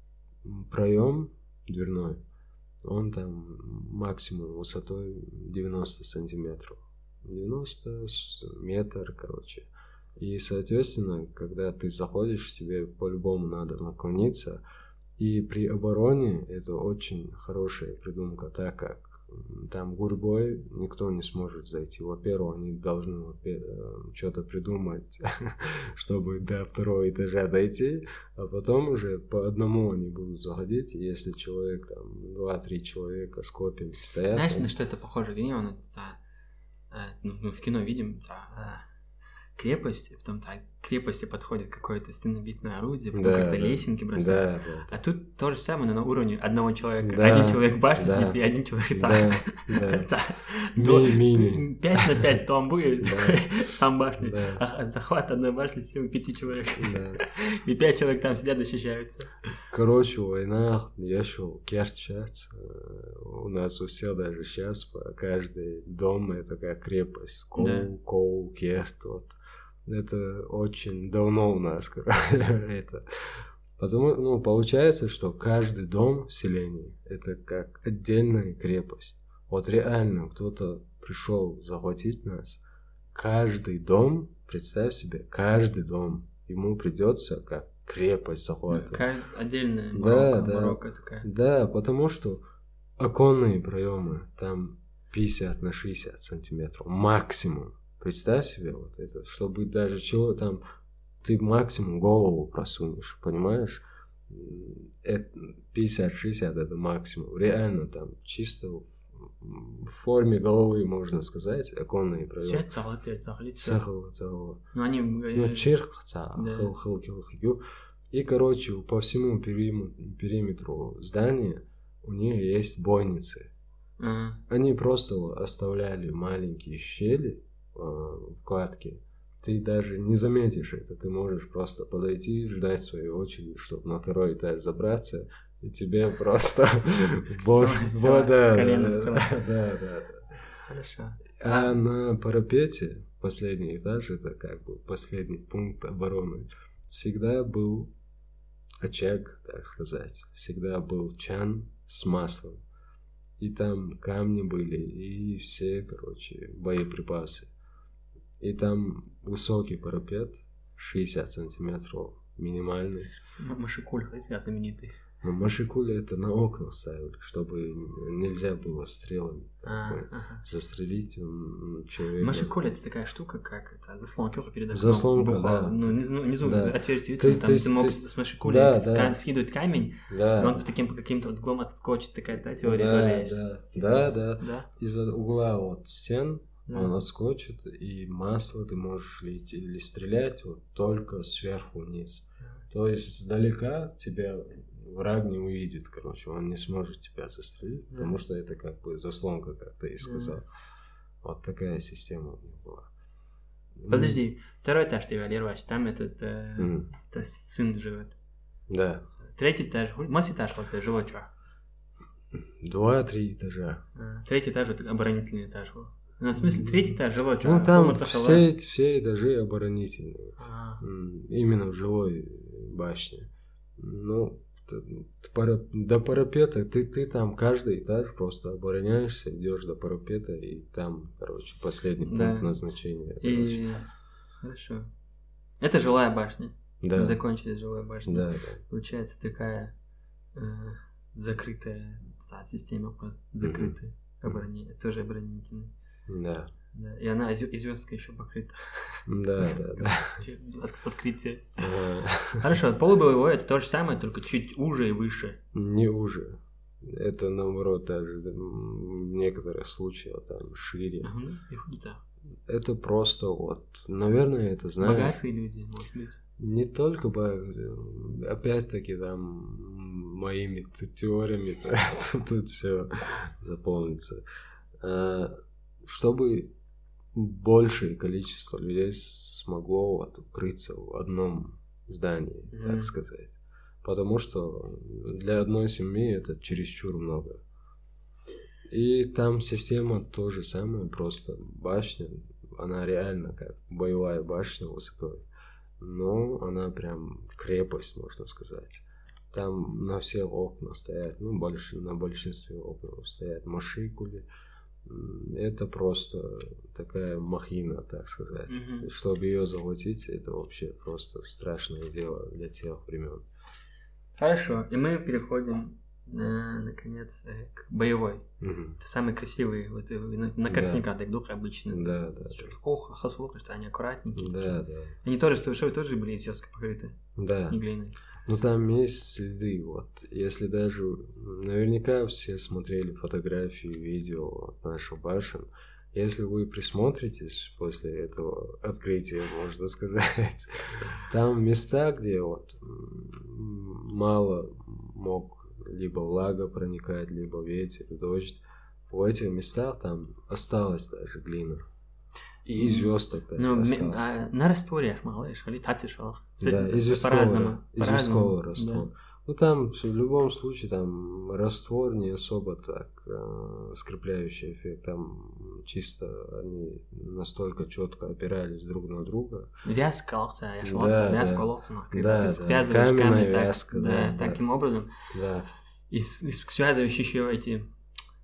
Speaker 2: проем дверной, он там максимум высотой девяносто сантиметров. девяносто с- метр, короче. И, соответственно, когда ты заходишь, тебе по-любому надо наклониться. И при обороне это очень хорошая придумка, так как м, там гурьбой никто не сможет зайти. Во-первых, они должны что-то придумать, чтобы до второго этажа дойти, а потом уже по одному они будут заходить. И если человек, там, два-три человека с копьями стоят...
Speaker 1: Знаешь,
Speaker 2: он-
Speaker 1: на что это похоже? Видимо, ну, за, э, ну, ну, в кино видим за э, крепость, потом так, к крепости подходит какое-то стенобитное орудие, потом
Speaker 2: Да,
Speaker 1: как-то
Speaker 2: да.
Speaker 1: лесенки бросают.
Speaker 2: Да, да.
Speaker 1: А тут то же самое, но на уровне одного человека.
Speaker 2: Да,
Speaker 1: Один человек башня
Speaker 2: да.
Speaker 1: сидит, и один человек
Speaker 2: Да,
Speaker 1: так.
Speaker 2: да.
Speaker 1: Это
Speaker 2: Ми-
Speaker 1: до-
Speaker 2: мини.
Speaker 1: пять на пять тамбуи,
Speaker 2: Да.
Speaker 1: такой, там башня.
Speaker 2: Да.
Speaker 1: А захват одной башни силы пяти человек.
Speaker 2: Да.
Speaker 1: И пять человек там сидят, защищаются.
Speaker 2: Короче, война, я шел Керчь, у нас у всех даже сейчас каждый дом это как крепость. Коу,
Speaker 1: Да.
Speaker 2: Коу, Керт, вот. Это очень давно у нас это. Потому, ну, получается, что каждый дом в селении это как отдельная крепость. Вот реально кто-то пришел захватить нас, каждый дом, представь себе, каждый дом, ему придется как крепость захватывать.
Speaker 1: Отдельная
Speaker 2: да, да,
Speaker 1: барокко такая.
Speaker 2: Да, потому что оконные проемы там пятьдесят на шестьдесят сантиметров максимум. Представь себе вот это, чтобы даже чего там, ты максимум голову просунешь, понимаешь? пятьдесят-шестьдесят это максимум. Реально там чисто в форме головы, можно сказать, оконные проемы.
Speaker 1: Цвет цахал, цвет цахал,
Speaker 2: Цахал, цахал.
Speaker 1: Ну, они...
Speaker 2: Ну, черх цахал, хал, хал, хал. И, короче, по всему периметру здания у них есть бойницы.
Speaker 1: Ага.
Speaker 2: Они просто оставляли маленькие щели, вкладки. Ты даже не заметишь это. Ты можешь просто подойти, ждать своей очереди, чтобы на второй этаж забраться, и тебе просто вода. Да, да, да.
Speaker 1: Хорошо.
Speaker 2: А на парапете, последний этаж, это как бы последний пункт обороны, всегда был очаг, так сказать. Всегда был чан с маслом. И там камни были, и все, короче, боеприпасы. И там высокий парапет, шестьдесят сантиметров, минимальный.
Speaker 1: Машикуль, хотя знаменитый.
Speaker 2: Но машикули это на окна ставили, чтобы нельзя было стрелами
Speaker 1: а, ага.
Speaker 2: застрелить человека.
Speaker 1: Машикули это такая штука, как это заслонка перед окном.
Speaker 2: Заслонка,
Speaker 1: бухла,
Speaker 2: да.
Speaker 1: Ну, внизу, внизу
Speaker 2: да.
Speaker 1: отверстие,
Speaker 2: ты,
Speaker 1: там
Speaker 2: ты,
Speaker 1: ты мог
Speaker 2: ты...
Speaker 1: с машикули
Speaker 2: да,
Speaker 1: ска-
Speaker 2: да.
Speaker 1: скидывать камень,
Speaker 2: да.
Speaker 1: и он по таким, по каким-то углом отскочит, такая да, теория
Speaker 2: да,
Speaker 1: тоже есть.
Speaker 2: Да, да, да.
Speaker 1: да.
Speaker 2: Из-за угла вот стен
Speaker 1: да.
Speaker 2: он отскочит, и масло ты можешь лить или стрелять вот только сверху вниз. То есть сдалека тебя враг не увидит, короче, он не сможет тебя застрелить, да. Потому что это как бы заслонка, как ты и сказал. Да. Вот такая система у них была.
Speaker 1: Подожди, второй этаж ты эволюировал, там этот э,
Speaker 2: mm.
Speaker 1: то сын живет.
Speaker 2: Да.
Speaker 1: Третий этаж, мас этаж, вот жилой чувак.
Speaker 2: Два-три этажа.
Speaker 1: А, третий этаж это оборонительный этаж был. Ну, в смысле, третий этаж жилой чувак.
Speaker 2: Ну там все, все этажи оборонительные. А. Именно в жилой башне. Ну, до парапета ты, ты там каждый этаж просто обороняешься, идешь до парапета, и там, короче, последний пункт да. назначения.
Speaker 1: И... Хорошо. Это жилая башня.
Speaker 2: Да.
Speaker 1: Мы закончили с жилой башней.
Speaker 2: Да, да.
Speaker 1: Получается такая э, закрытая да, система, закрытая, mm-hmm. оборонение, тоже оборонительная.
Speaker 2: Да.
Speaker 1: Да, и она звездкой еще покрыта.
Speaker 2: Да, да, да.
Speaker 1: Открытие. Хорошо, полубоевой это то же самое, только чуть уже и выше.
Speaker 2: Не уже. Это наоборот даже в некоторых случаях там шире. Это просто вот, наверное, это знаешь.
Speaker 1: Богатые люди, может быть.
Speaker 2: Не только богатые, опять-таки там моими теориями тут все заполнится. Чтобы большее количество людей смогло вот, укрыться в одном здании, mm-hmm. так сказать. Потому что для одной семьи это чересчур много. И там система то же самое, просто башня, она реально как боевая башня высотой. Но она прям крепость, можно сказать. Там на всех окна стоят, ну, больш... на большинстве окон стоят машикули. Это просто такая махина, так сказать. Mm-hmm. Чтобы ее захватить, это вообще просто страшное дело для тех времен.
Speaker 1: Хорошо, и мы переходим, э, наконец, э, к боевой.
Speaker 2: Mm-hmm.
Speaker 1: Это самые красивые, вот, на, на картинках, так дух обычно.
Speaker 2: Да, да.
Speaker 1: Ох, хасвуха, что они аккуратненькие.
Speaker 2: Да, да.
Speaker 1: Они тоже, что вы тоже были звездкой покрыты.
Speaker 2: Да.
Speaker 1: Не глиной.
Speaker 2: Ну там есть следы, вот. Если даже, наверняка все смотрели фотографии, видео наших башен. Если вы присмотритесь после этого открытия, можно сказать, там места, где вот мало мог либо влага проникать, либо ветер, дождь, в этих местах там осталась даже глина. И звездок
Speaker 1: ну, осталось. А, на растворе, малыш, или тацишал.
Speaker 2: Да, известкового, известкового раствора. Да. Ну там в любом случае там раствор не особо так э, скрепляющий эффект. Там чисто они настолько четко опирались друг на друга.
Speaker 1: Вязка, я шел,
Speaker 2: да,
Speaker 1: вязка,
Speaker 2: да.
Speaker 1: локтина.
Speaker 2: Да, да. Каменная вязка,
Speaker 1: да,
Speaker 2: да,
Speaker 1: таким
Speaker 2: да.
Speaker 1: образом.
Speaker 2: Да.
Speaker 1: И, и связывающие еще эти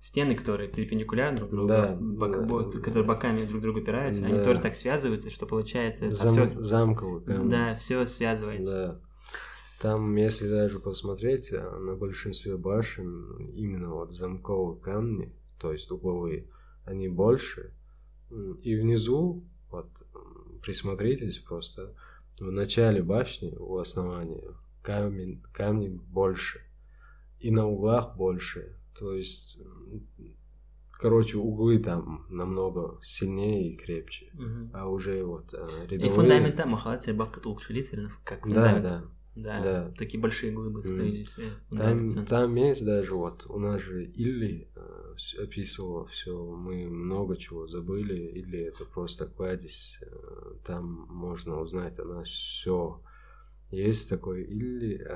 Speaker 1: стены, которые перпендикулярны друг другу,
Speaker 2: да,
Speaker 1: бок,
Speaker 2: да,
Speaker 1: которые боками друг к другу опираются, да. Они тоже так связываются, что получается...
Speaker 2: Зам,
Speaker 1: все,
Speaker 2: замковый камень.
Speaker 1: Да, все связывается.
Speaker 2: Да. Там, если даже посмотреть, на большинстве башен именно вот замковые камни, то есть угловые, они больше. И внизу, вот, присмотритесь просто, в начале башни, у основания, камень, камни больше. И на углах больше. То есть, короче, углы там намного сильнее и крепче.
Speaker 1: Угу.
Speaker 2: А уже вот рядовые...
Speaker 1: И фундамент там, ахалация, бахпатулк шелицерин, как фундамент.
Speaker 2: Да, да.
Speaker 1: Да,
Speaker 2: да,
Speaker 1: такие большие глыбы строились.
Speaker 2: Там, там есть даже вот, у нас же Илли э, описывал все, мы много чего забыли, Илли это просто кладезь, э, там можно узнать о нас все. Есть такой Илли, э,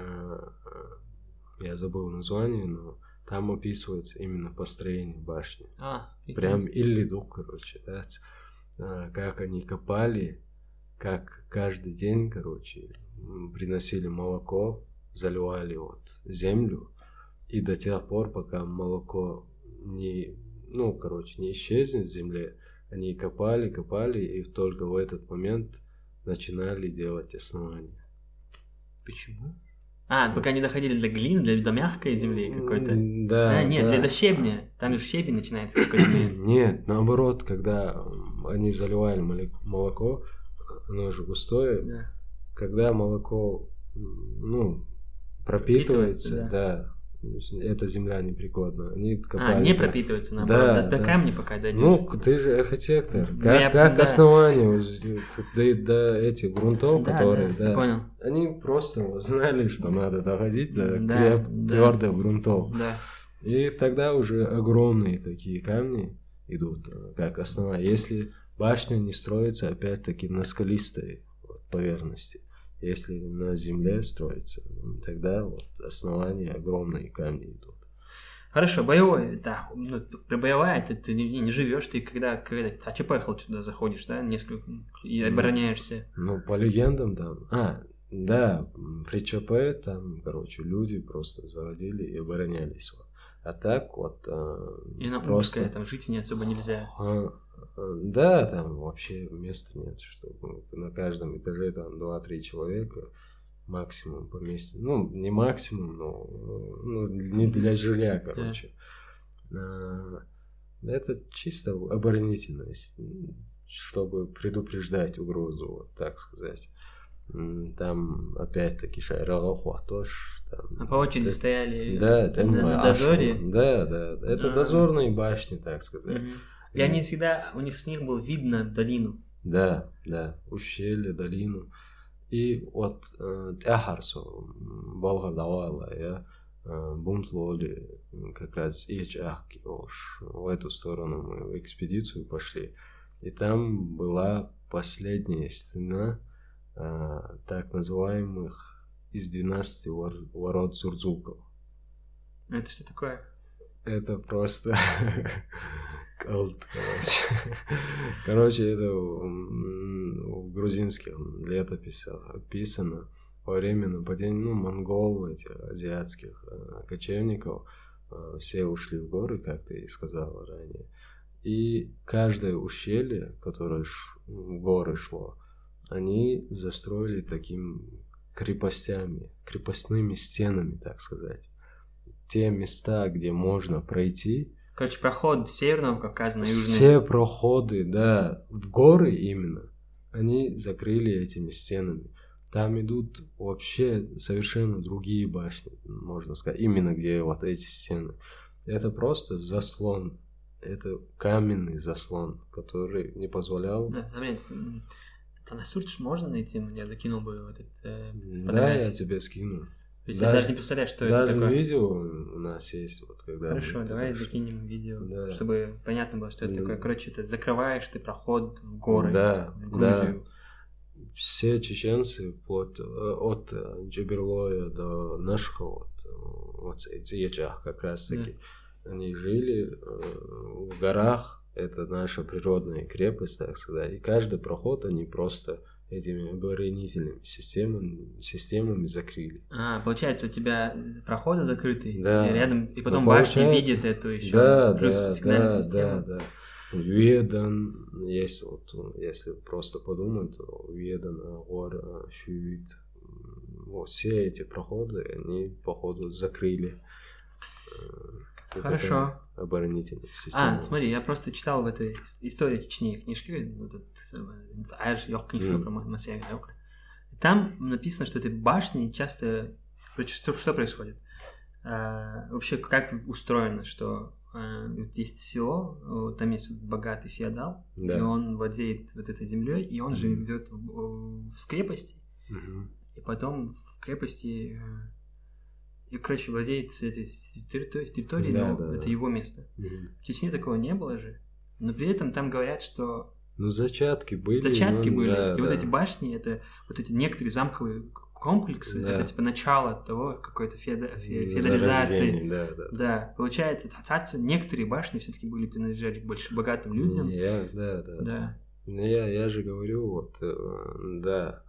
Speaker 2: э, я забыл название, но там описывается именно построение башни.
Speaker 1: А,
Speaker 2: Прям Илли дух, короче, да, э, как они копали, как каждый день, короче, приносили молоко, заливали вот землю, и до тех пор, пока молоко не, ну, короче, не исчезнет в земле, они копали, копали, и только в этот момент начинали делать основание.
Speaker 1: Почему? А, пока не доходили до глины, для, до мягкой земли какой-то?
Speaker 2: Да,
Speaker 1: а, нет,
Speaker 2: да.
Speaker 1: для до щебня. Там же щебень начинается какой-то момент.
Speaker 2: Нет, наоборот, когда они заливали молоко, оно же густое,
Speaker 1: да.
Speaker 2: Когда молоко, ну, пропитывается, пропитывается да. да, эта земля непригодна. Они копали,
Speaker 1: а, не пропитывается, наоборот,
Speaker 2: да,
Speaker 1: до,
Speaker 2: да.
Speaker 1: до камня пока дойдешь.
Speaker 2: Ну, ты же архитектор.
Speaker 1: Ну,
Speaker 2: как
Speaker 1: я,
Speaker 2: как
Speaker 1: да.
Speaker 2: основание до, до этих грунтов,
Speaker 1: да,
Speaker 2: которые,
Speaker 1: да,
Speaker 2: да,
Speaker 1: я понял.
Speaker 2: они просто знали, что надо доходить до
Speaker 1: да,
Speaker 2: креп,
Speaker 1: да.
Speaker 2: твердых грунтов.
Speaker 1: Да.
Speaker 2: И тогда уже огромные такие камни идут как основание. Если башня не строится, опять-таки, на скалистой поверхности. Если на земле строится, тогда вот основания огромные камни идут.
Speaker 1: Хорошо, боевой, да, ну, боевая, ты, ты не, не живешь, ты когда, когда, а что поехал сюда, заходишь, да, несколько, и обороняешься?
Speaker 2: Ну, по легендам там, а, да, при ЧП там, короче, люди просто заводили и оборонялись. Вот. А так вот а,
Speaker 1: и на
Speaker 2: просто...
Speaker 1: Узкая, там жить не особо нельзя.
Speaker 2: А, да, там вообще места нет, что на каждом этаже там два-три человека максимум поместится. Ну, не максимум, но ну, не для жилья, короче. Yeah. Это чисто оборонительность, чтобы предупреждать угрозу, вот так сказать. Там опять-таки Шайралахуа тоже.
Speaker 1: А по очереди стояли
Speaker 2: да, там
Speaker 1: на, на дозоре?
Speaker 2: Да, да, это а. дозорные башни, так сказать.
Speaker 1: Угу. И они всегда, у них с них было видно долину.
Speaker 2: Да, да, ущелье, долину. И вот Эхарсо, Болгардавала, я Бумтлоли, как раз Ичахки, в эту сторону мы в экспедицию пошли. И там была последняя стена так называемых из двенадцати ворот Зурзуков.
Speaker 1: Это что такое?
Speaker 2: Это просто колд, короче. Короче, это в грузинских летописях описано во время нападения, ну, монгол, этих азиатских кочевников. Все ушли в горы, как ты и сказал ранее. И каждое ущелье, которое в горы шло, они застроили таким крепостями, крепостными стенами, так сказать. Те места, где можно пройти.
Speaker 1: Короче, проход Северного Кавказа на Южный.
Speaker 2: Все проходы, да, в горы именно, они закрыли этими стенами. Там идут вообще совершенно другие башни, можно сказать, именно где вот эти стены. Это просто заслон, это каменный заслон, который не позволял...
Speaker 1: Да, на Сурдж можно найти? Я закинул бы вот этот э,
Speaker 2: Да, я тебе скину.
Speaker 1: То есть даже, я даже не представляю, что
Speaker 2: даже
Speaker 1: это такое.
Speaker 2: Даже видео у нас есть. Вот, когда
Speaker 1: Хорошо, давай закинем видео,
Speaker 2: да.
Speaker 1: чтобы понятно было, что это да. такое. Короче, ты закрываешь ты проход в горы,
Speaker 2: да,
Speaker 1: в Грузию.
Speaker 2: Да. Все чеченцы, вплоть от Джаберлоя до наших, вот, вот Зиечах как раз таки, да. Они жили в горах. Это наша природная крепость, так сказать. И каждый проход они просто этими оборонительными системами, системами закрыли.
Speaker 1: А, получается, у тебя проходы закрыты,
Speaker 2: да.
Speaker 1: и рядом, и потом
Speaker 2: ну,
Speaker 1: башня видит эту еще,
Speaker 2: да,
Speaker 1: плюс
Speaker 2: да,
Speaker 1: сигнальная
Speaker 2: да,
Speaker 1: система.
Speaker 2: Да, да. Ведан, есть вот, если просто подумать, то Ведан, Агор, Щит, вот все эти проходы, они, походу, закрыли.
Speaker 1: Хорошо.
Speaker 2: Оборонительную систему.
Speaker 1: А, смотри, я просто читал в этой истории Чечни книжки, вот тут, книжка про Масия Гайока. Там написано, что эти башни часто... Что, что происходит? А, вообще, как устроено, что а, есть село, там есть богатый феодал, да. И он владеет вот этой землей, и он mm-hmm. живет в, в крепости, mm-hmm. и потом в крепости... И, короче, владеет этой территорией, территорией да, но да, это да. его место. Mm-hmm. В Чечне такого не было же. Но при этом там говорят, что...
Speaker 2: Ну, зачатки были.
Speaker 1: Зачатки
Speaker 2: ну,
Speaker 1: были.
Speaker 2: Да,
Speaker 1: и
Speaker 2: да.
Speaker 1: вот эти башни, это вот эти некоторые замковые комплексы, да. это типа начало того какой-то феда... феодализации.
Speaker 2: Да, да.
Speaker 1: да, получается, некоторые башни все-таки были принадлежали больше богатым людям.
Speaker 2: Я, да, да.
Speaker 1: да.
Speaker 2: Я, я же говорю, вот, да,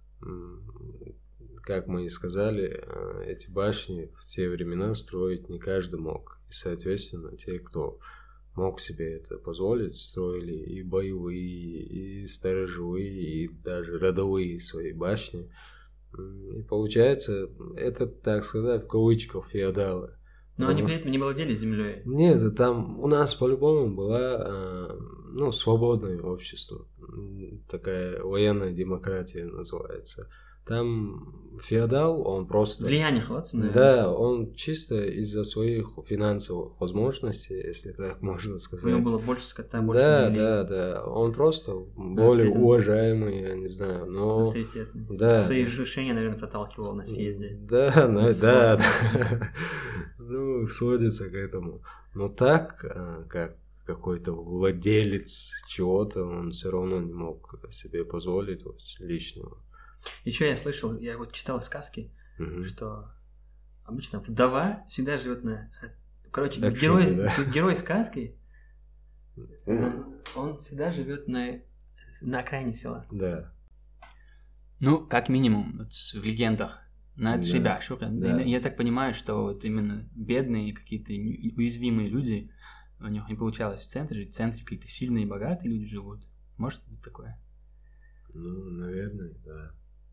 Speaker 2: как мы и сказали, эти башни в те времена строить не каждый мог. И, соответственно, те, кто мог себе это позволить, строили и боевые, и сторожевые, и даже родовые свои башни. И получается, это, так сказать, в кавычках феодалы.
Speaker 1: Но Потому они при этом не владели землей.
Speaker 2: Нет, там у нас по-любому была, ну, свободное общество. Такая военная демократия называется. Там феодал, он просто...
Speaker 1: Влияние хватит, наверное.
Speaker 2: Да, он чисто из-за своих финансовых возможностей, если так можно сказать.
Speaker 1: У него было больше скота, больше
Speaker 2: да,
Speaker 1: земли.
Speaker 2: Да, да, да. Он просто более да, уважаемый, я не знаю, но...
Speaker 1: Авторитетный.
Speaker 2: Да.
Speaker 1: Свои решения, наверное, проталкивал на съезде.
Speaker 2: Да, ну, да, да. Ну, сводится к этому. Но так, как какой-то владелец чего-то, он все равно не мог себе позволить вот, лишнего.
Speaker 1: Еще я слышал, я вот читал сказки,
Speaker 2: mm-hmm.
Speaker 1: что обычно вдова всегда живет на... Короче,
Speaker 2: так
Speaker 1: герой,
Speaker 2: себе, да?
Speaker 1: герой сказки, mm-hmm. он всегда живет на, на окраине села.
Speaker 2: Да.
Speaker 1: Ну, как минимум, вот в легендах. На это себя.
Speaker 2: Да.
Speaker 1: Я так понимаю, что вот именно бедные, какие-то уязвимые люди, у них не получалось в центре, в центре какие-то сильные и богатые люди живут. Может быть такое?
Speaker 2: Ну, наверное, да.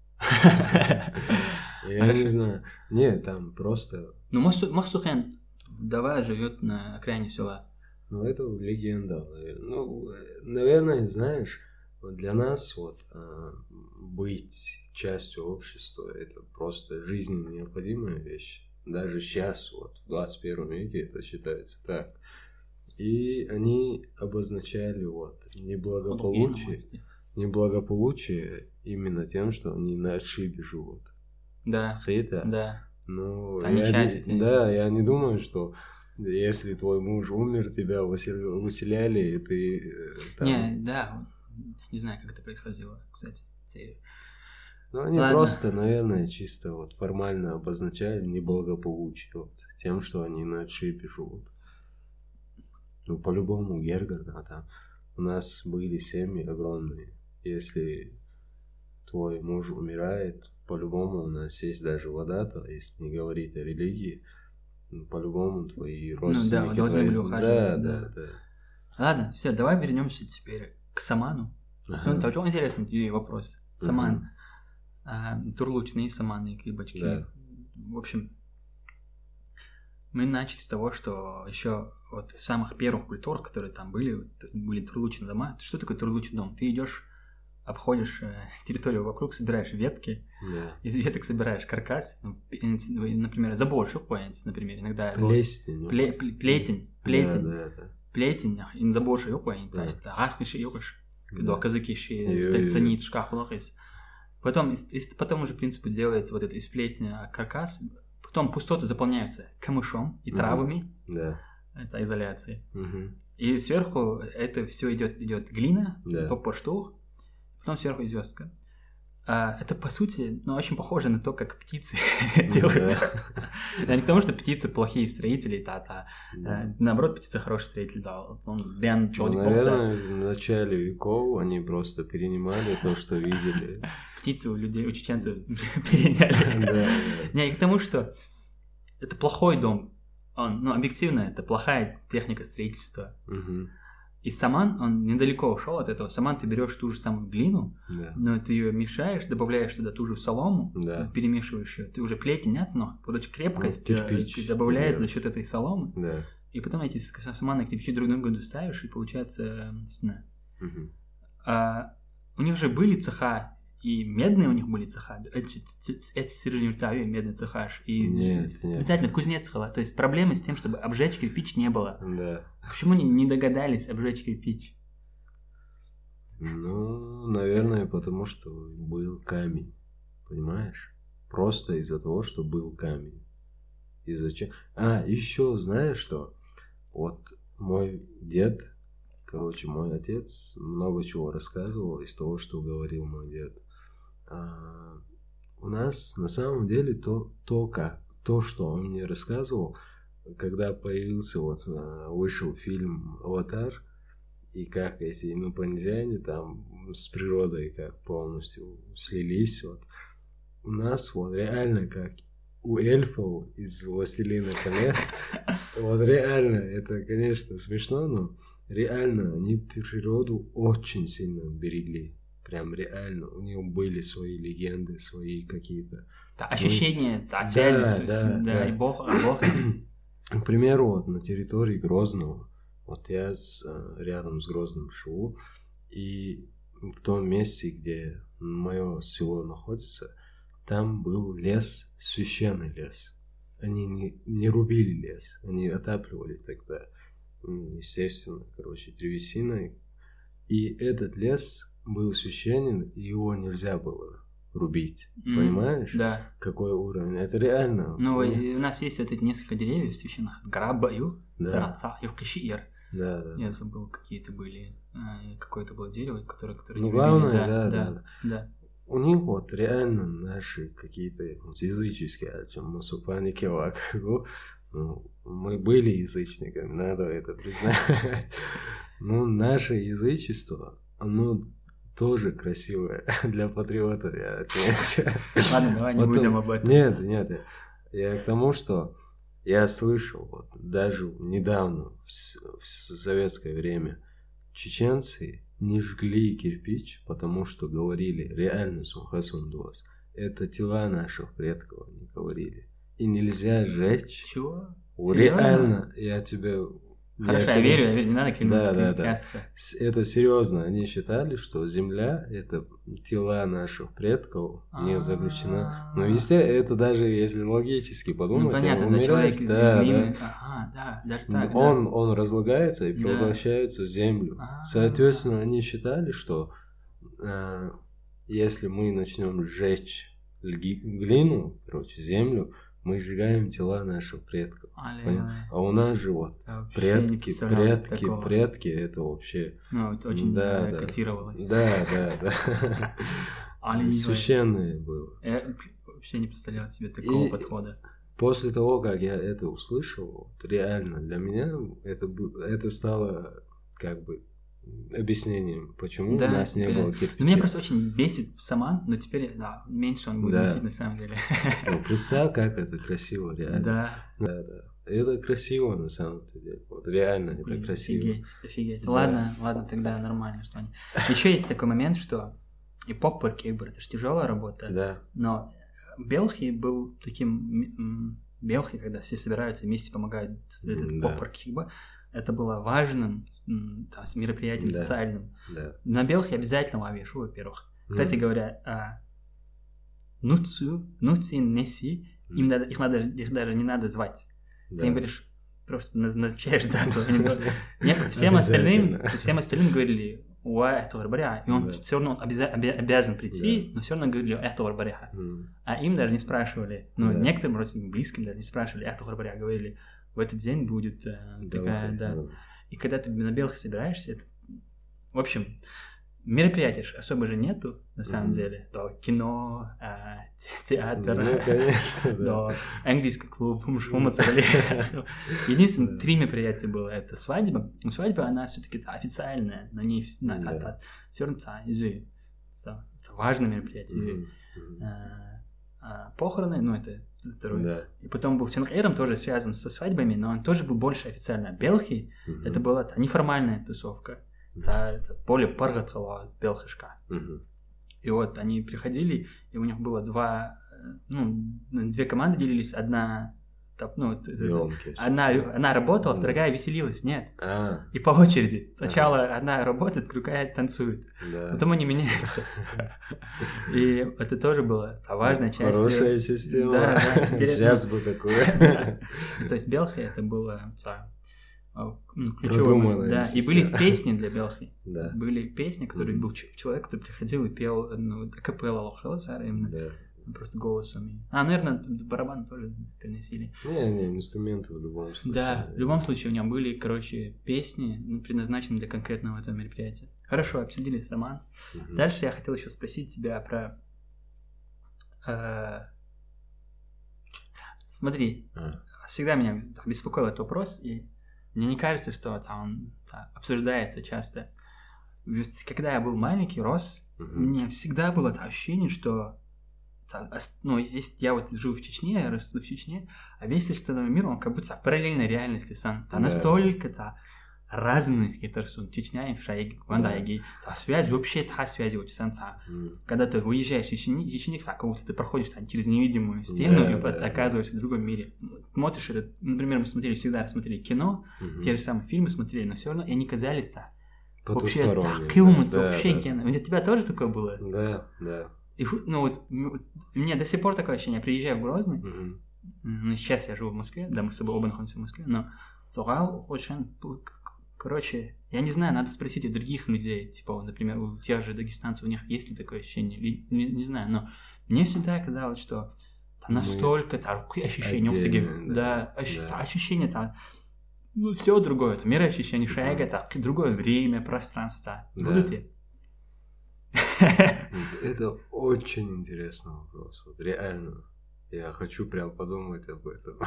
Speaker 2: Я не знаю. Нет, там просто...
Speaker 1: Ну, Махсухен, вдова живет на окраине села.
Speaker 2: Ну, это легенда. Ну, наверное, знаешь, для нас вот быть частью общества это просто жизненно необходимая вещь. Даже сейчас, вот, в двадцать первом веке это считается так. И они обозначали вот неблагополучие. Неблагополучие именно тем, что они на отшибе живут.
Speaker 1: Да.
Speaker 2: Это?
Speaker 1: Да.
Speaker 2: Ну,
Speaker 1: они
Speaker 2: я
Speaker 1: части.
Speaker 2: Не, да, я не думаю, что если твой муж умер, тебя выселяли, и ты... Там...
Speaker 1: Не, да. Не знаю, как это происходило, кстати.
Speaker 2: Ну, они Ладно. просто, наверное, чисто вот формально обозначали неблагополучие вот, тем, что они на отшибе живут. Ну, по-любому, Гергар, да, там у нас были семьи огромные. Если твой муж умирает, по-любому у нас есть даже вода-то, если не говорить о религии, по-любому твои родственники...
Speaker 1: Ну да,
Speaker 2: твои...
Speaker 1: должны были
Speaker 2: да, да, да, да.
Speaker 1: Ладно, все, давай вернемся теперь к Саману. Ага. Это очень интересный вопрос. Саман. Угу. А, турлучные саманы, клибочки.
Speaker 2: Да.
Speaker 1: В общем, мы начали с того, что еще вот в самых первых культурах, которые там были, были турлучные дома. Что такое турлучный дом? Ты идешь, обходишь э, территорию вокруг, собираешь ветки,
Speaker 2: yeah.
Speaker 1: из веток собираешь каркас, ну, например, забор, шукуянец, например, иногда...
Speaker 2: Плесень.
Speaker 1: Пле, пле, плетень, плетень,
Speaker 2: да, да, да.
Speaker 1: плетень, ин забор шукуянец, а аспиши юкаш, до казаки ши, ценит шкафулахис. Потом, из, потом уже, в принципе, делается вот это из плетня каркас, потом пустоты заполняются камышом и травами,
Speaker 2: да.
Speaker 1: это изоляция.
Speaker 2: Угу.
Speaker 1: И сверху это все идет, идет глина,
Speaker 2: да.
Speaker 1: по пошту, потом сверху звездка. А, это, по сути, ну, очень похоже на то, как птицы делают. Я не к тому, что птицы плохие строители, та-та. Наоборот, птица хороший строитель, да. Он бен человек полца.
Speaker 2: Наверное, в начале веков они просто перенимали то, что видели.
Speaker 1: Птицы у людей, у чеченцев переняли. Не, и к тому, что это плохой дом. Он, ну, объективно, это плохая техника строительства. И саман, он недалеко ушел от этого. Саман ты берешь ту же самую глину,
Speaker 2: да.
Speaker 1: но ты ее мешаешь, добавляешь туда ту же солому,
Speaker 2: да.
Speaker 1: перемешиваешь ее. Ты уже клейки нет, но, короче, крепкость
Speaker 2: ну, кирпич,
Speaker 1: добавляется
Speaker 2: да.
Speaker 1: за счет этой соломы.
Speaker 2: Да.
Speaker 1: И потом эти саманы кирпичи друг на друга ставишь, и получается стена.
Speaker 2: Угу.
Speaker 1: А, у них же были цеха, и медные у них были цеха. Это сырнютаве медный цехаш. И
Speaker 2: нет, нет.
Speaker 1: обязательно кузнец хала. То есть проблемы с тем, чтобы обжечь кирпич не было.
Speaker 2: Да.
Speaker 1: Почему они не догадались обжечь кирпич?
Speaker 2: Ну, наверное, потому что был камень. Понимаешь? Просто из-за того, что был камень. И зачем? А, еще знаешь что? Вот мой дед, короче, мой отец много чего рассказывал из того, что говорил мой дед. А, у нас на самом деле то, то, как, то, что он мне рассказывал, когда появился, вот, вышел фильм «Аватар», и как эти инопланетяне там с природой как полностью слились, вот, у нас вот реально как у эльфов из «Властелина колец», вот реально, это, конечно, смешно, но реально они природу очень сильно берегли. Прям реально. У него были свои легенды, свои какие-то...
Speaker 1: Да, ощущения, ну, да, связи да, с, да, с, да, да. И Бог, Бог.
Speaker 2: К примеру, вот на территории Грозного, вот я с, рядом с Грозным живу, и в том месте, где мое село находится, там был лес, священный лес. Они не, не рубили лес, они отапливали тогда, естественно, короче, древесиной. И этот лес был священен, и его нельзя было рубить. Mm, понимаешь?
Speaker 1: Да.
Speaker 2: Какой уровень? Это реально.
Speaker 1: Ну, и у нас есть вот эти несколько деревьев священных. Грабаю,
Speaker 2: да.
Speaker 1: Ювкашиир.
Speaker 2: Да, да.
Speaker 1: Я забыл, какие-то были. Какое-то было дерево, которое... которое
Speaker 2: ну, главное, да
Speaker 1: да,
Speaker 2: да,
Speaker 1: да, да.
Speaker 2: У них вот реально наши какие-то вот, языческие, чем Мусупани Кеваку. Ну, мы были язычниками, надо это признать. Ну, наше язычество, оно тоже красивое для патриотов, я отмечаю.
Speaker 1: Ладно, давай не Потом... будем об этом.
Speaker 2: Нет, нет, я к тому, что я слышал, вот, даже недавно, в, в советское время, чеченцы не жгли кирпич, потому что говорили, реально, Сумхасундуас, это тела наших предков, они говорили. И нельзя сжечь.
Speaker 1: Чего?
Speaker 2: Реально, я тебе...
Speaker 1: Хорошо, я, я верю, я верю, не надо клянуться.
Speaker 2: Да, да, да. Это серьезно. Они считали, что Земля — это тела наших предков, не заключена. Но естественно, это даже если логически подумать,
Speaker 1: ну, понятно, да, человек
Speaker 2: да,
Speaker 1: да. Ага, да, даже так,
Speaker 2: он,
Speaker 1: да.
Speaker 2: он разлагается и превращается в землю. Соответственно, они считали, что э, если мы начнем сжечь глину, короче, землю, мы сжигаем тела наших предков.
Speaker 1: А,
Speaker 2: а у нас же вот предки, предки, такого. предки, это вообще...
Speaker 1: Ну, это очень
Speaker 2: да,
Speaker 1: да, котировалось.
Speaker 2: Да, да, да. Священное было.
Speaker 1: Я вообще не представлял себе такого
Speaker 2: И
Speaker 1: подхода.
Speaker 2: После того, как я это услышал, вот, реально для меня это, это стало как бы объяснением, почему
Speaker 1: да,
Speaker 2: у нас не
Speaker 1: теперь...
Speaker 2: было кирпичей.
Speaker 1: Меня просто очень бесит саман, но теперь, да, меньше он будет да. бесить на самом деле.
Speaker 2: Ну, представь, как это красиво, реально.
Speaker 1: Да.
Speaker 2: Да, да. Это красиво на самом деле. Вот реально это
Speaker 1: Блин,
Speaker 2: красиво.
Speaker 1: Офигеть, офигеть.
Speaker 2: Да.
Speaker 1: Ладно, ладно, тогда нормально, что они. Еще есть такой момент, что и поп кейбр, это же тяжелая работа.
Speaker 2: Да.
Speaker 1: Но Белхи был таким Белхи, когда все собираются вместе помогают этот
Speaker 2: да.
Speaker 1: поп кейбр. Это было важным там, мероприятием
Speaker 2: да.
Speaker 1: социальным.
Speaker 2: Да.
Speaker 1: На Белхе обязательно лавишу, во-первых. Кстати mm. говоря, Нуцию, Нуцин, Неси, mm. им надо, их, надо, их даже не надо звать. Да. Ты им говоришь, просто назначаешь дату. Всем остальным, всем остальным говорили «Уа эхту варбаряха». И он да. все равно обязан прийти, да. но все равно говорили «Эхту варбаряха». Mm. А им даже не спрашивали, ну, да. некоторым родственникам, близким даже не спрашивали «Эхту варбаряха», говорили в этот день будет э, такая, да. И когда ты на Белхе собираешься, это... в общем, мероприятий особо же нету, на самом mm-hmm. деле. То кино, э, театр,
Speaker 2: ну, конечно, да.
Speaker 1: английский клуб, единственное, три мероприятия было. Это свадьба. Но свадьба, она все-таки официальная, на ней все равно это важное мероприятие. Похороны, ну, это второй.
Speaker 2: Да.
Speaker 1: И потом был Синхейром, тоже связан со свадьбами, но он тоже был больше официально. Белхи, mm-hmm. это была неформальная тусовка. Mm-hmm. Это более паргатхала белхишка.
Speaker 2: Mm-hmm.
Speaker 1: И вот они приходили, и у них было два, ну, две команды делились, одна... Ну, одна, одна работала, mm-hmm. другая веселилась, нет.
Speaker 2: Ah.
Speaker 1: И по очереди. Сначала ah. одна работает, другая танцует.
Speaker 2: Да.
Speaker 1: Потом они меняются. И это тоже была важная часть.
Speaker 2: Хорошая система.
Speaker 1: Да, да,
Speaker 2: сейчас бы такое.
Speaker 1: То есть Белхи это было ключевое. Да, и были песни для Белхи.
Speaker 2: Да.
Speaker 1: Были песни, которые был человек, который приходил и пел, ну, капелла лохшаласа именно.
Speaker 2: Да.
Speaker 1: Просто голосом. А, наверное, барабан тоже приносили.
Speaker 2: Не, не, инструменты в любом случае.
Speaker 1: Да, в любом случае у меня были, короче, песни, предназначенные для конкретного этого мероприятия. Хорошо, обсудили сама. Угу. Дальше я хотел еще спросить тебя про... Э... Смотри, а. всегда меня беспокоил этот вопрос, и мне не кажется, что он обсуждается часто. Ведь когда я был маленький, рос, угу. мне всегда было это ощущение, что ну, есть, я вот живу в Чечне, я расту в Чечне, а весь остальной мир, он как будто в параллельной реальности сам. Там да. настолько-то разных какие-то рисунки. Чечня, в Шайге, Вандайге. Та связь, вообще та связь вот санца. Mm. Когда ты уезжаешь в Чечне, так как будто ты проходишь там через невидимую стену yeah, и yeah, оказываешься yeah. в другом мире. Смотришь это, например, мы смотрели всегда, смотрели кино, mm-hmm. те же самые фильмы смотрели, но все равно и они казались вообще таким, да, вообще да, да. У тебя тоже такое было?
Speaker 2: Да, да.
Speaker 1: И, ну вот, у меня до сих пор такое ощущение, я приезжаю в Грозный, mm-hmm. ну, сейчас я живу в Москве, да, мы с собой оба находимся в Москве, но Согал очень, короче, я не знаю, надо спросить у других людей, типа, например, у тех же дагестанцев, у них есть ли такое ощущение, или, не, не знаю, но мне всегда казалось, что там настолько ощущение, отдельно, да, да, ощ, да. ощущение, там, ну, все другое, там, мироощущение, шайга, mm-hmm. другое время, пространство, да. Будут ли?
Speaker 2: Это очень интересный вопрос. Вот реально. Я хочу прям подумать об этом.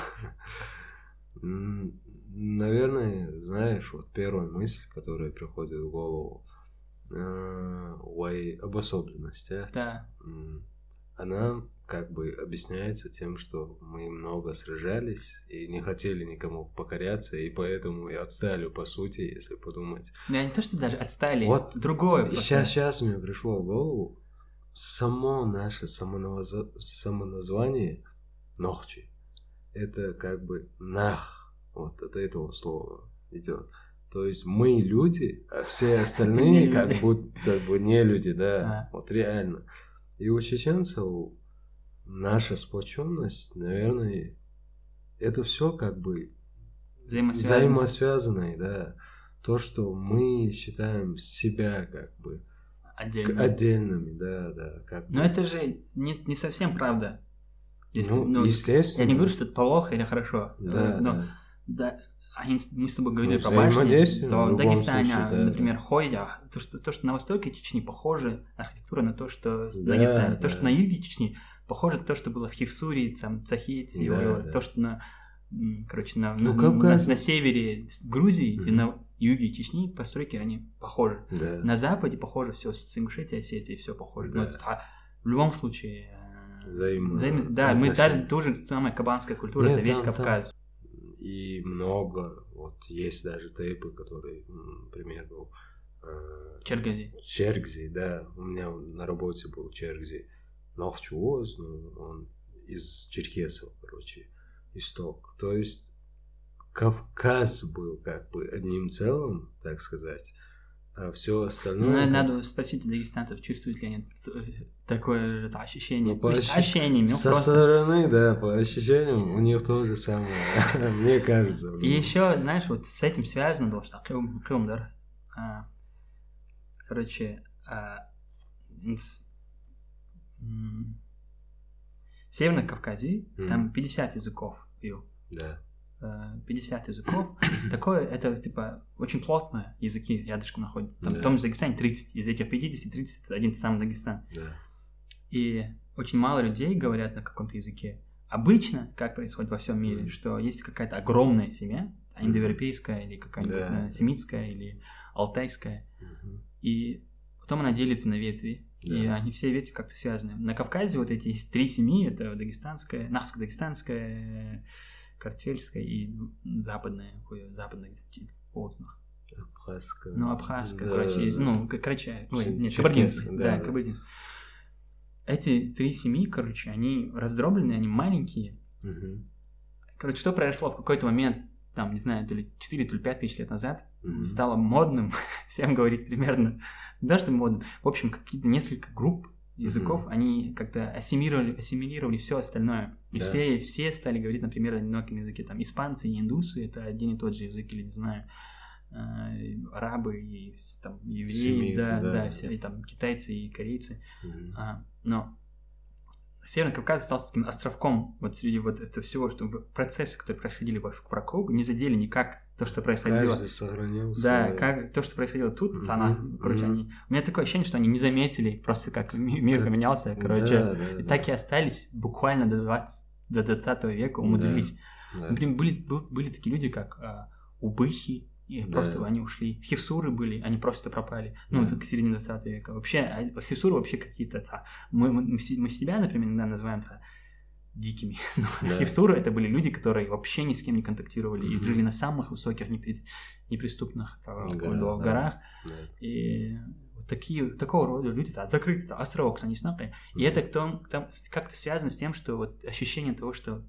Speaker 2: Наверное, знаешь, вот первая мысль, которая приходит в голову, э, обособленность, а?
Speaker 1: Да.
Speaker 2: Она как бы объясняется тем, что мы много сражались и не хотели никому покоряться, и поэтому и отстали, по сути, если подумать.
Speaker 1: Ну, не то, что даже отстали,
Speaker 2: вот
Speaker 1: другое просто.
Speaker 2: Сейчас, сейчас мне пришло в голову само наше самоназ... самоназвание Нохчи. Это как бы нах, вот от этого слова идет. То есть мы люди, а все остальные как будто бы не люди, да, вот реально. И у чеченцев наша сплоченность, наверное, это все как бы
Speaker 1: взаимосвязано.
Speaker 2: взаимосвязанное, да. То, что мы считаем себя как бы
Speaker 1: Отдельно.
Speaker 2: отдельными, да, да. Как
Speaker 1: Но
Speaker 2: бы.
Speaker 1: это же не, не совсем правда.
Speaker 2: Если, ну, ну, естественно.
Speaker 1: Я не говорю, что это плохо или хорошо.
Speaker 2: Да,
Speaker 1: но,
Speaker 2: да.
Speaker 1: да. Мы с тобой говорили
Speaker 2: ну,
Speaker 1: про башни, то
Speaker 2: в
Speaker 1: в Дагестане,
Speaker 2: случае, да,
Speaker 1: например,
Speaker 2: да.
Speaker 1: Хойя, то что, то, что на востоке Чечни похоже архитектура на то, что в
Speaker 2: да,
Speaker 1: Дагестане,
Speaker 2: да.
Speaker 1: то, что на юге Чечни похоже на то, что было в Хевсуре, там, Цахите,
Speaker 2: да, да.
Speaker 1: то, что на, короче, на,
Speaker 2: ну,
Speaker 1: на, на, на севере Грузии mm-hmm. и на юге Чечни постройки, они похожи.
Speaker 2: Да.
Speaker 1: На западе похоже все, с Ингушетией, Осетией, все похоже. Да. Но, а в любом случае...
Speaker 2: Взаимно.
Speaker 1: Взаим... Да, мы даже тоже самая кабанская культура,
Speaker 2: Нет,
Speaker 1: это весь
Speaker 2: там,
Speaker 1: Кавказ.
Speaker 2: Там. И много, вот есть даже тейпы, которые, например, был э,
Speaker 1: Чергези.
Speaker 2: Чергзи, да, у меня на работе был Чергзи, Нохчуоз, ну, он из Черкесов, короче, исток. То есть Кавказ был как бы одним целым, так сказать, а все остальное...
Speaker 1: Ну, надо спросить у дагестанцев, чувствуют ли они такое это ощущение.
Speaker 2: Ну, по ощ...
Speaker 1: ощущениям.
Speaker 2: Со
Speaker 1: просто...
Speaker 2: стороны, да, по ощущениям у них то же самое, мне кажется.
Speaker 1: И еще, знаешь, вот с этим связано было, что Крымдар, короче, в Северном Кавказе там пятьдесят языков пил.
Speaker 2: Да.
Speaker 1: пятьдесят языков. Такое, это, типа, очень плотные языки рядышком находятся. Там,
Speaker 2: да.
Speaker 1: В том же Дагестане тридцать, из этих пятидесяти тридцать это один самый Дагестан.
Speaker 2: Да.
Speaker 1: И очень мало людей говорят на каком-то языке. Обычно, как происходит во всем мире, mm-hmm. что есть какая-то огромная семья, индоевропейская или какая-нибудь да. семитская или алтайская, mm-hmm. и потом она делится на ветви, да. и они все ветви как-то связаны. На Кавказе вот эти есть три семьи, это дагестанская, нахско-дагестанская, картвельская и западная, западная ползнах.
Speaker 2: Абхазская.
Speaker 1: Ну, абхазская,
Speaker 2: да.
Speaker 1: короче, ну, короче, ой, нет, кабардинская, да, да, кабардинская. Эти три семьи, короче, они раздробленные, они маленькие.
Speaker 2: Угу.
Speaker 1: Короче, что произошло в какой-то момент, там, не знаю, то ли четыре, то ли пять тысяч лет назад,
Speaker 2: угу.
Speaker 1: стало модным всем говорить примерно, не то, что модным, в общем, какие-то несколько групп языков, угу. они как-то ассимилировали, ассимилировали все остальное. И да. все, все стали говорить, например, на одиноком языке. Там испанцы и индусы — это один и тот же язык, или, не знаю, арабы и там, евреи, Семиты, да, да, да, все, и там китайцы и корейцы. Mm-hmm. А, но Северный Кавказ остался таким островком вот среди вот этого всего, что процессы, которые происходили вокруг, не задели никак то, что происходило.
Speaker 2: Каждый сохранился.
Speaker 1: Да, как, то, что происходило тут, mm-hmm. она, короче, mm-hmm. они... У меня такое ощущение, что они не заметили просто, как мир поменялся, короче, да, да, и да. так и остались буквально до двадцатого века, умудрились. Да, да. Например, были, был, были такие люди, как а, убыхи, и да. просто они ушли. Хисуры были, они просто пропали. Ну, да. это к середине двадцатого века. Вообще, хисуры вообще какие-то... Мы, мы, мы себя, например, иногда называем дикими. Но да. хисуры — это были люди, которые вообще ни с кем не контактировали mm-hmm. и жили на самых высоких, непри, неприступных там, Гора, горах. Да. И вот такие, такого рода люди, закрытый островок, они снапы. И mm-hmm. это кто, там, как-то связано с тем, что вот ощущение того, что...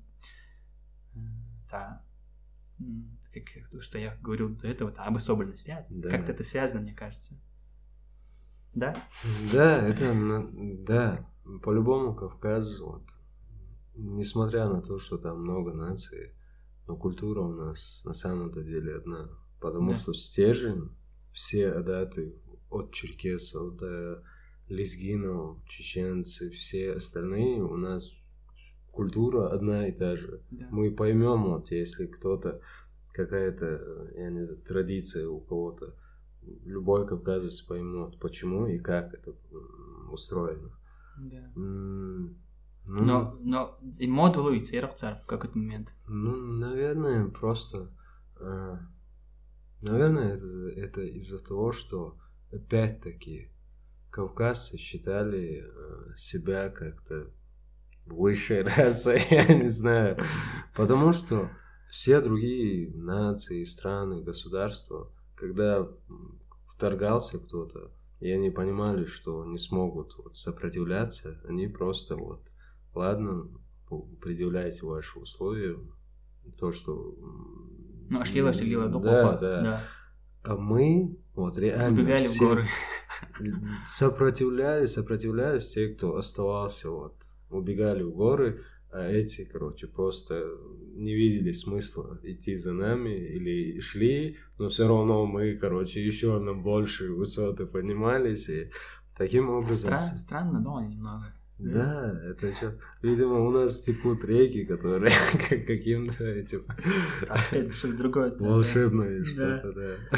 Speaker 1: Да, как, что я говорил до этого, об особенности. Да. Как-то это связано, мне кажется. Да?
Speaker 2: Да, это, да, по-любому Кавказ, вот, несмотря на то, что там много наций, но культура у нас на самом-то деле одна. Потому да. что стержень, все адаты, от черкесов до лезгинов, чеченцы, все остальные, у нас культура одна и та же. Да. Мы поймем, вот, если кто-то какая-то, я не знаю, традиция у кого-то, любой кавказец поймет, почему и как это устроено.
Speaker 1: Да.
Speaker 2: М-
Speaker 1: ну, но, но и модулы и церковь в какой-то момент.
Speaker 2: Ну, наверное, просто, э, наверное, это, это из-за того, что опять-таки кавказцы считали э, себя как-то высшей расой, я не знаю, потому что все другие нации, страны, государства, когда вторгался кто-то, и они понимали, что не смогут вот сопротивляться, они просто вот, ладно, предъявляйте ваши условия, то, что...
Speaker 1: Ну, ашлила, ашлила,
Speaker 2: да, да, да. А мы, вот реально...
Speaker 1: Убегали в горы.
Speaker 2: Сопротивлялись, сопротивлялись те, кто оставался, вот, убегали в горы, а эти, короче, просто не видели смысла идти за нами или шли, но все равно мы, короче, еще на большие высоты поднимались, и таким образом...
Speaker 1: Стран, странно, но немного.
Speaker 2: Да, да, это еще... Видимо, у нас текут реки, которые каким-то этим...
Speaker 1: Что-то другое.
Speaker 2: Волшебное что-то,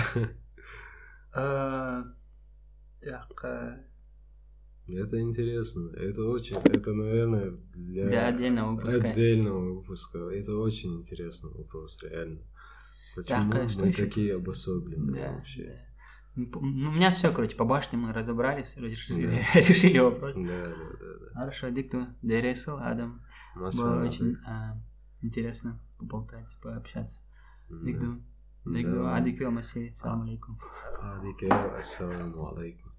Speaker 1: да. Так...
Speaker 2: Это интересно, это очень, это, наверное, для,
Speaker 1: для отдельного выпуска.
Speaker 2: отдельного выпуска. Это очень интересный вопрос, реально. Почему
Speaker 1: так,
Speaker 2: мы
Speaker 1: еще?
Speaker 2: такие обособленные
Speaker 1: да,
Speaker 2: вообще?
Speaker 1: Да. Ну, у меня все, короче, по башне мы разобрались, решили, да. решили вопрос.
Speaker 2: Да, да, да, да.
Speaker 1: Хорошо, дикту, Дересл, Адам.
Speaker 2: Масса
Speaker 1: Было очень а, интересно поболтать, пообщаться. Дикту,
Speaker 2: да.
Speaker 1: дикту, адикю, амаси, салам алейкум.
Speaker 2: Адикю, ассаламу алейкум.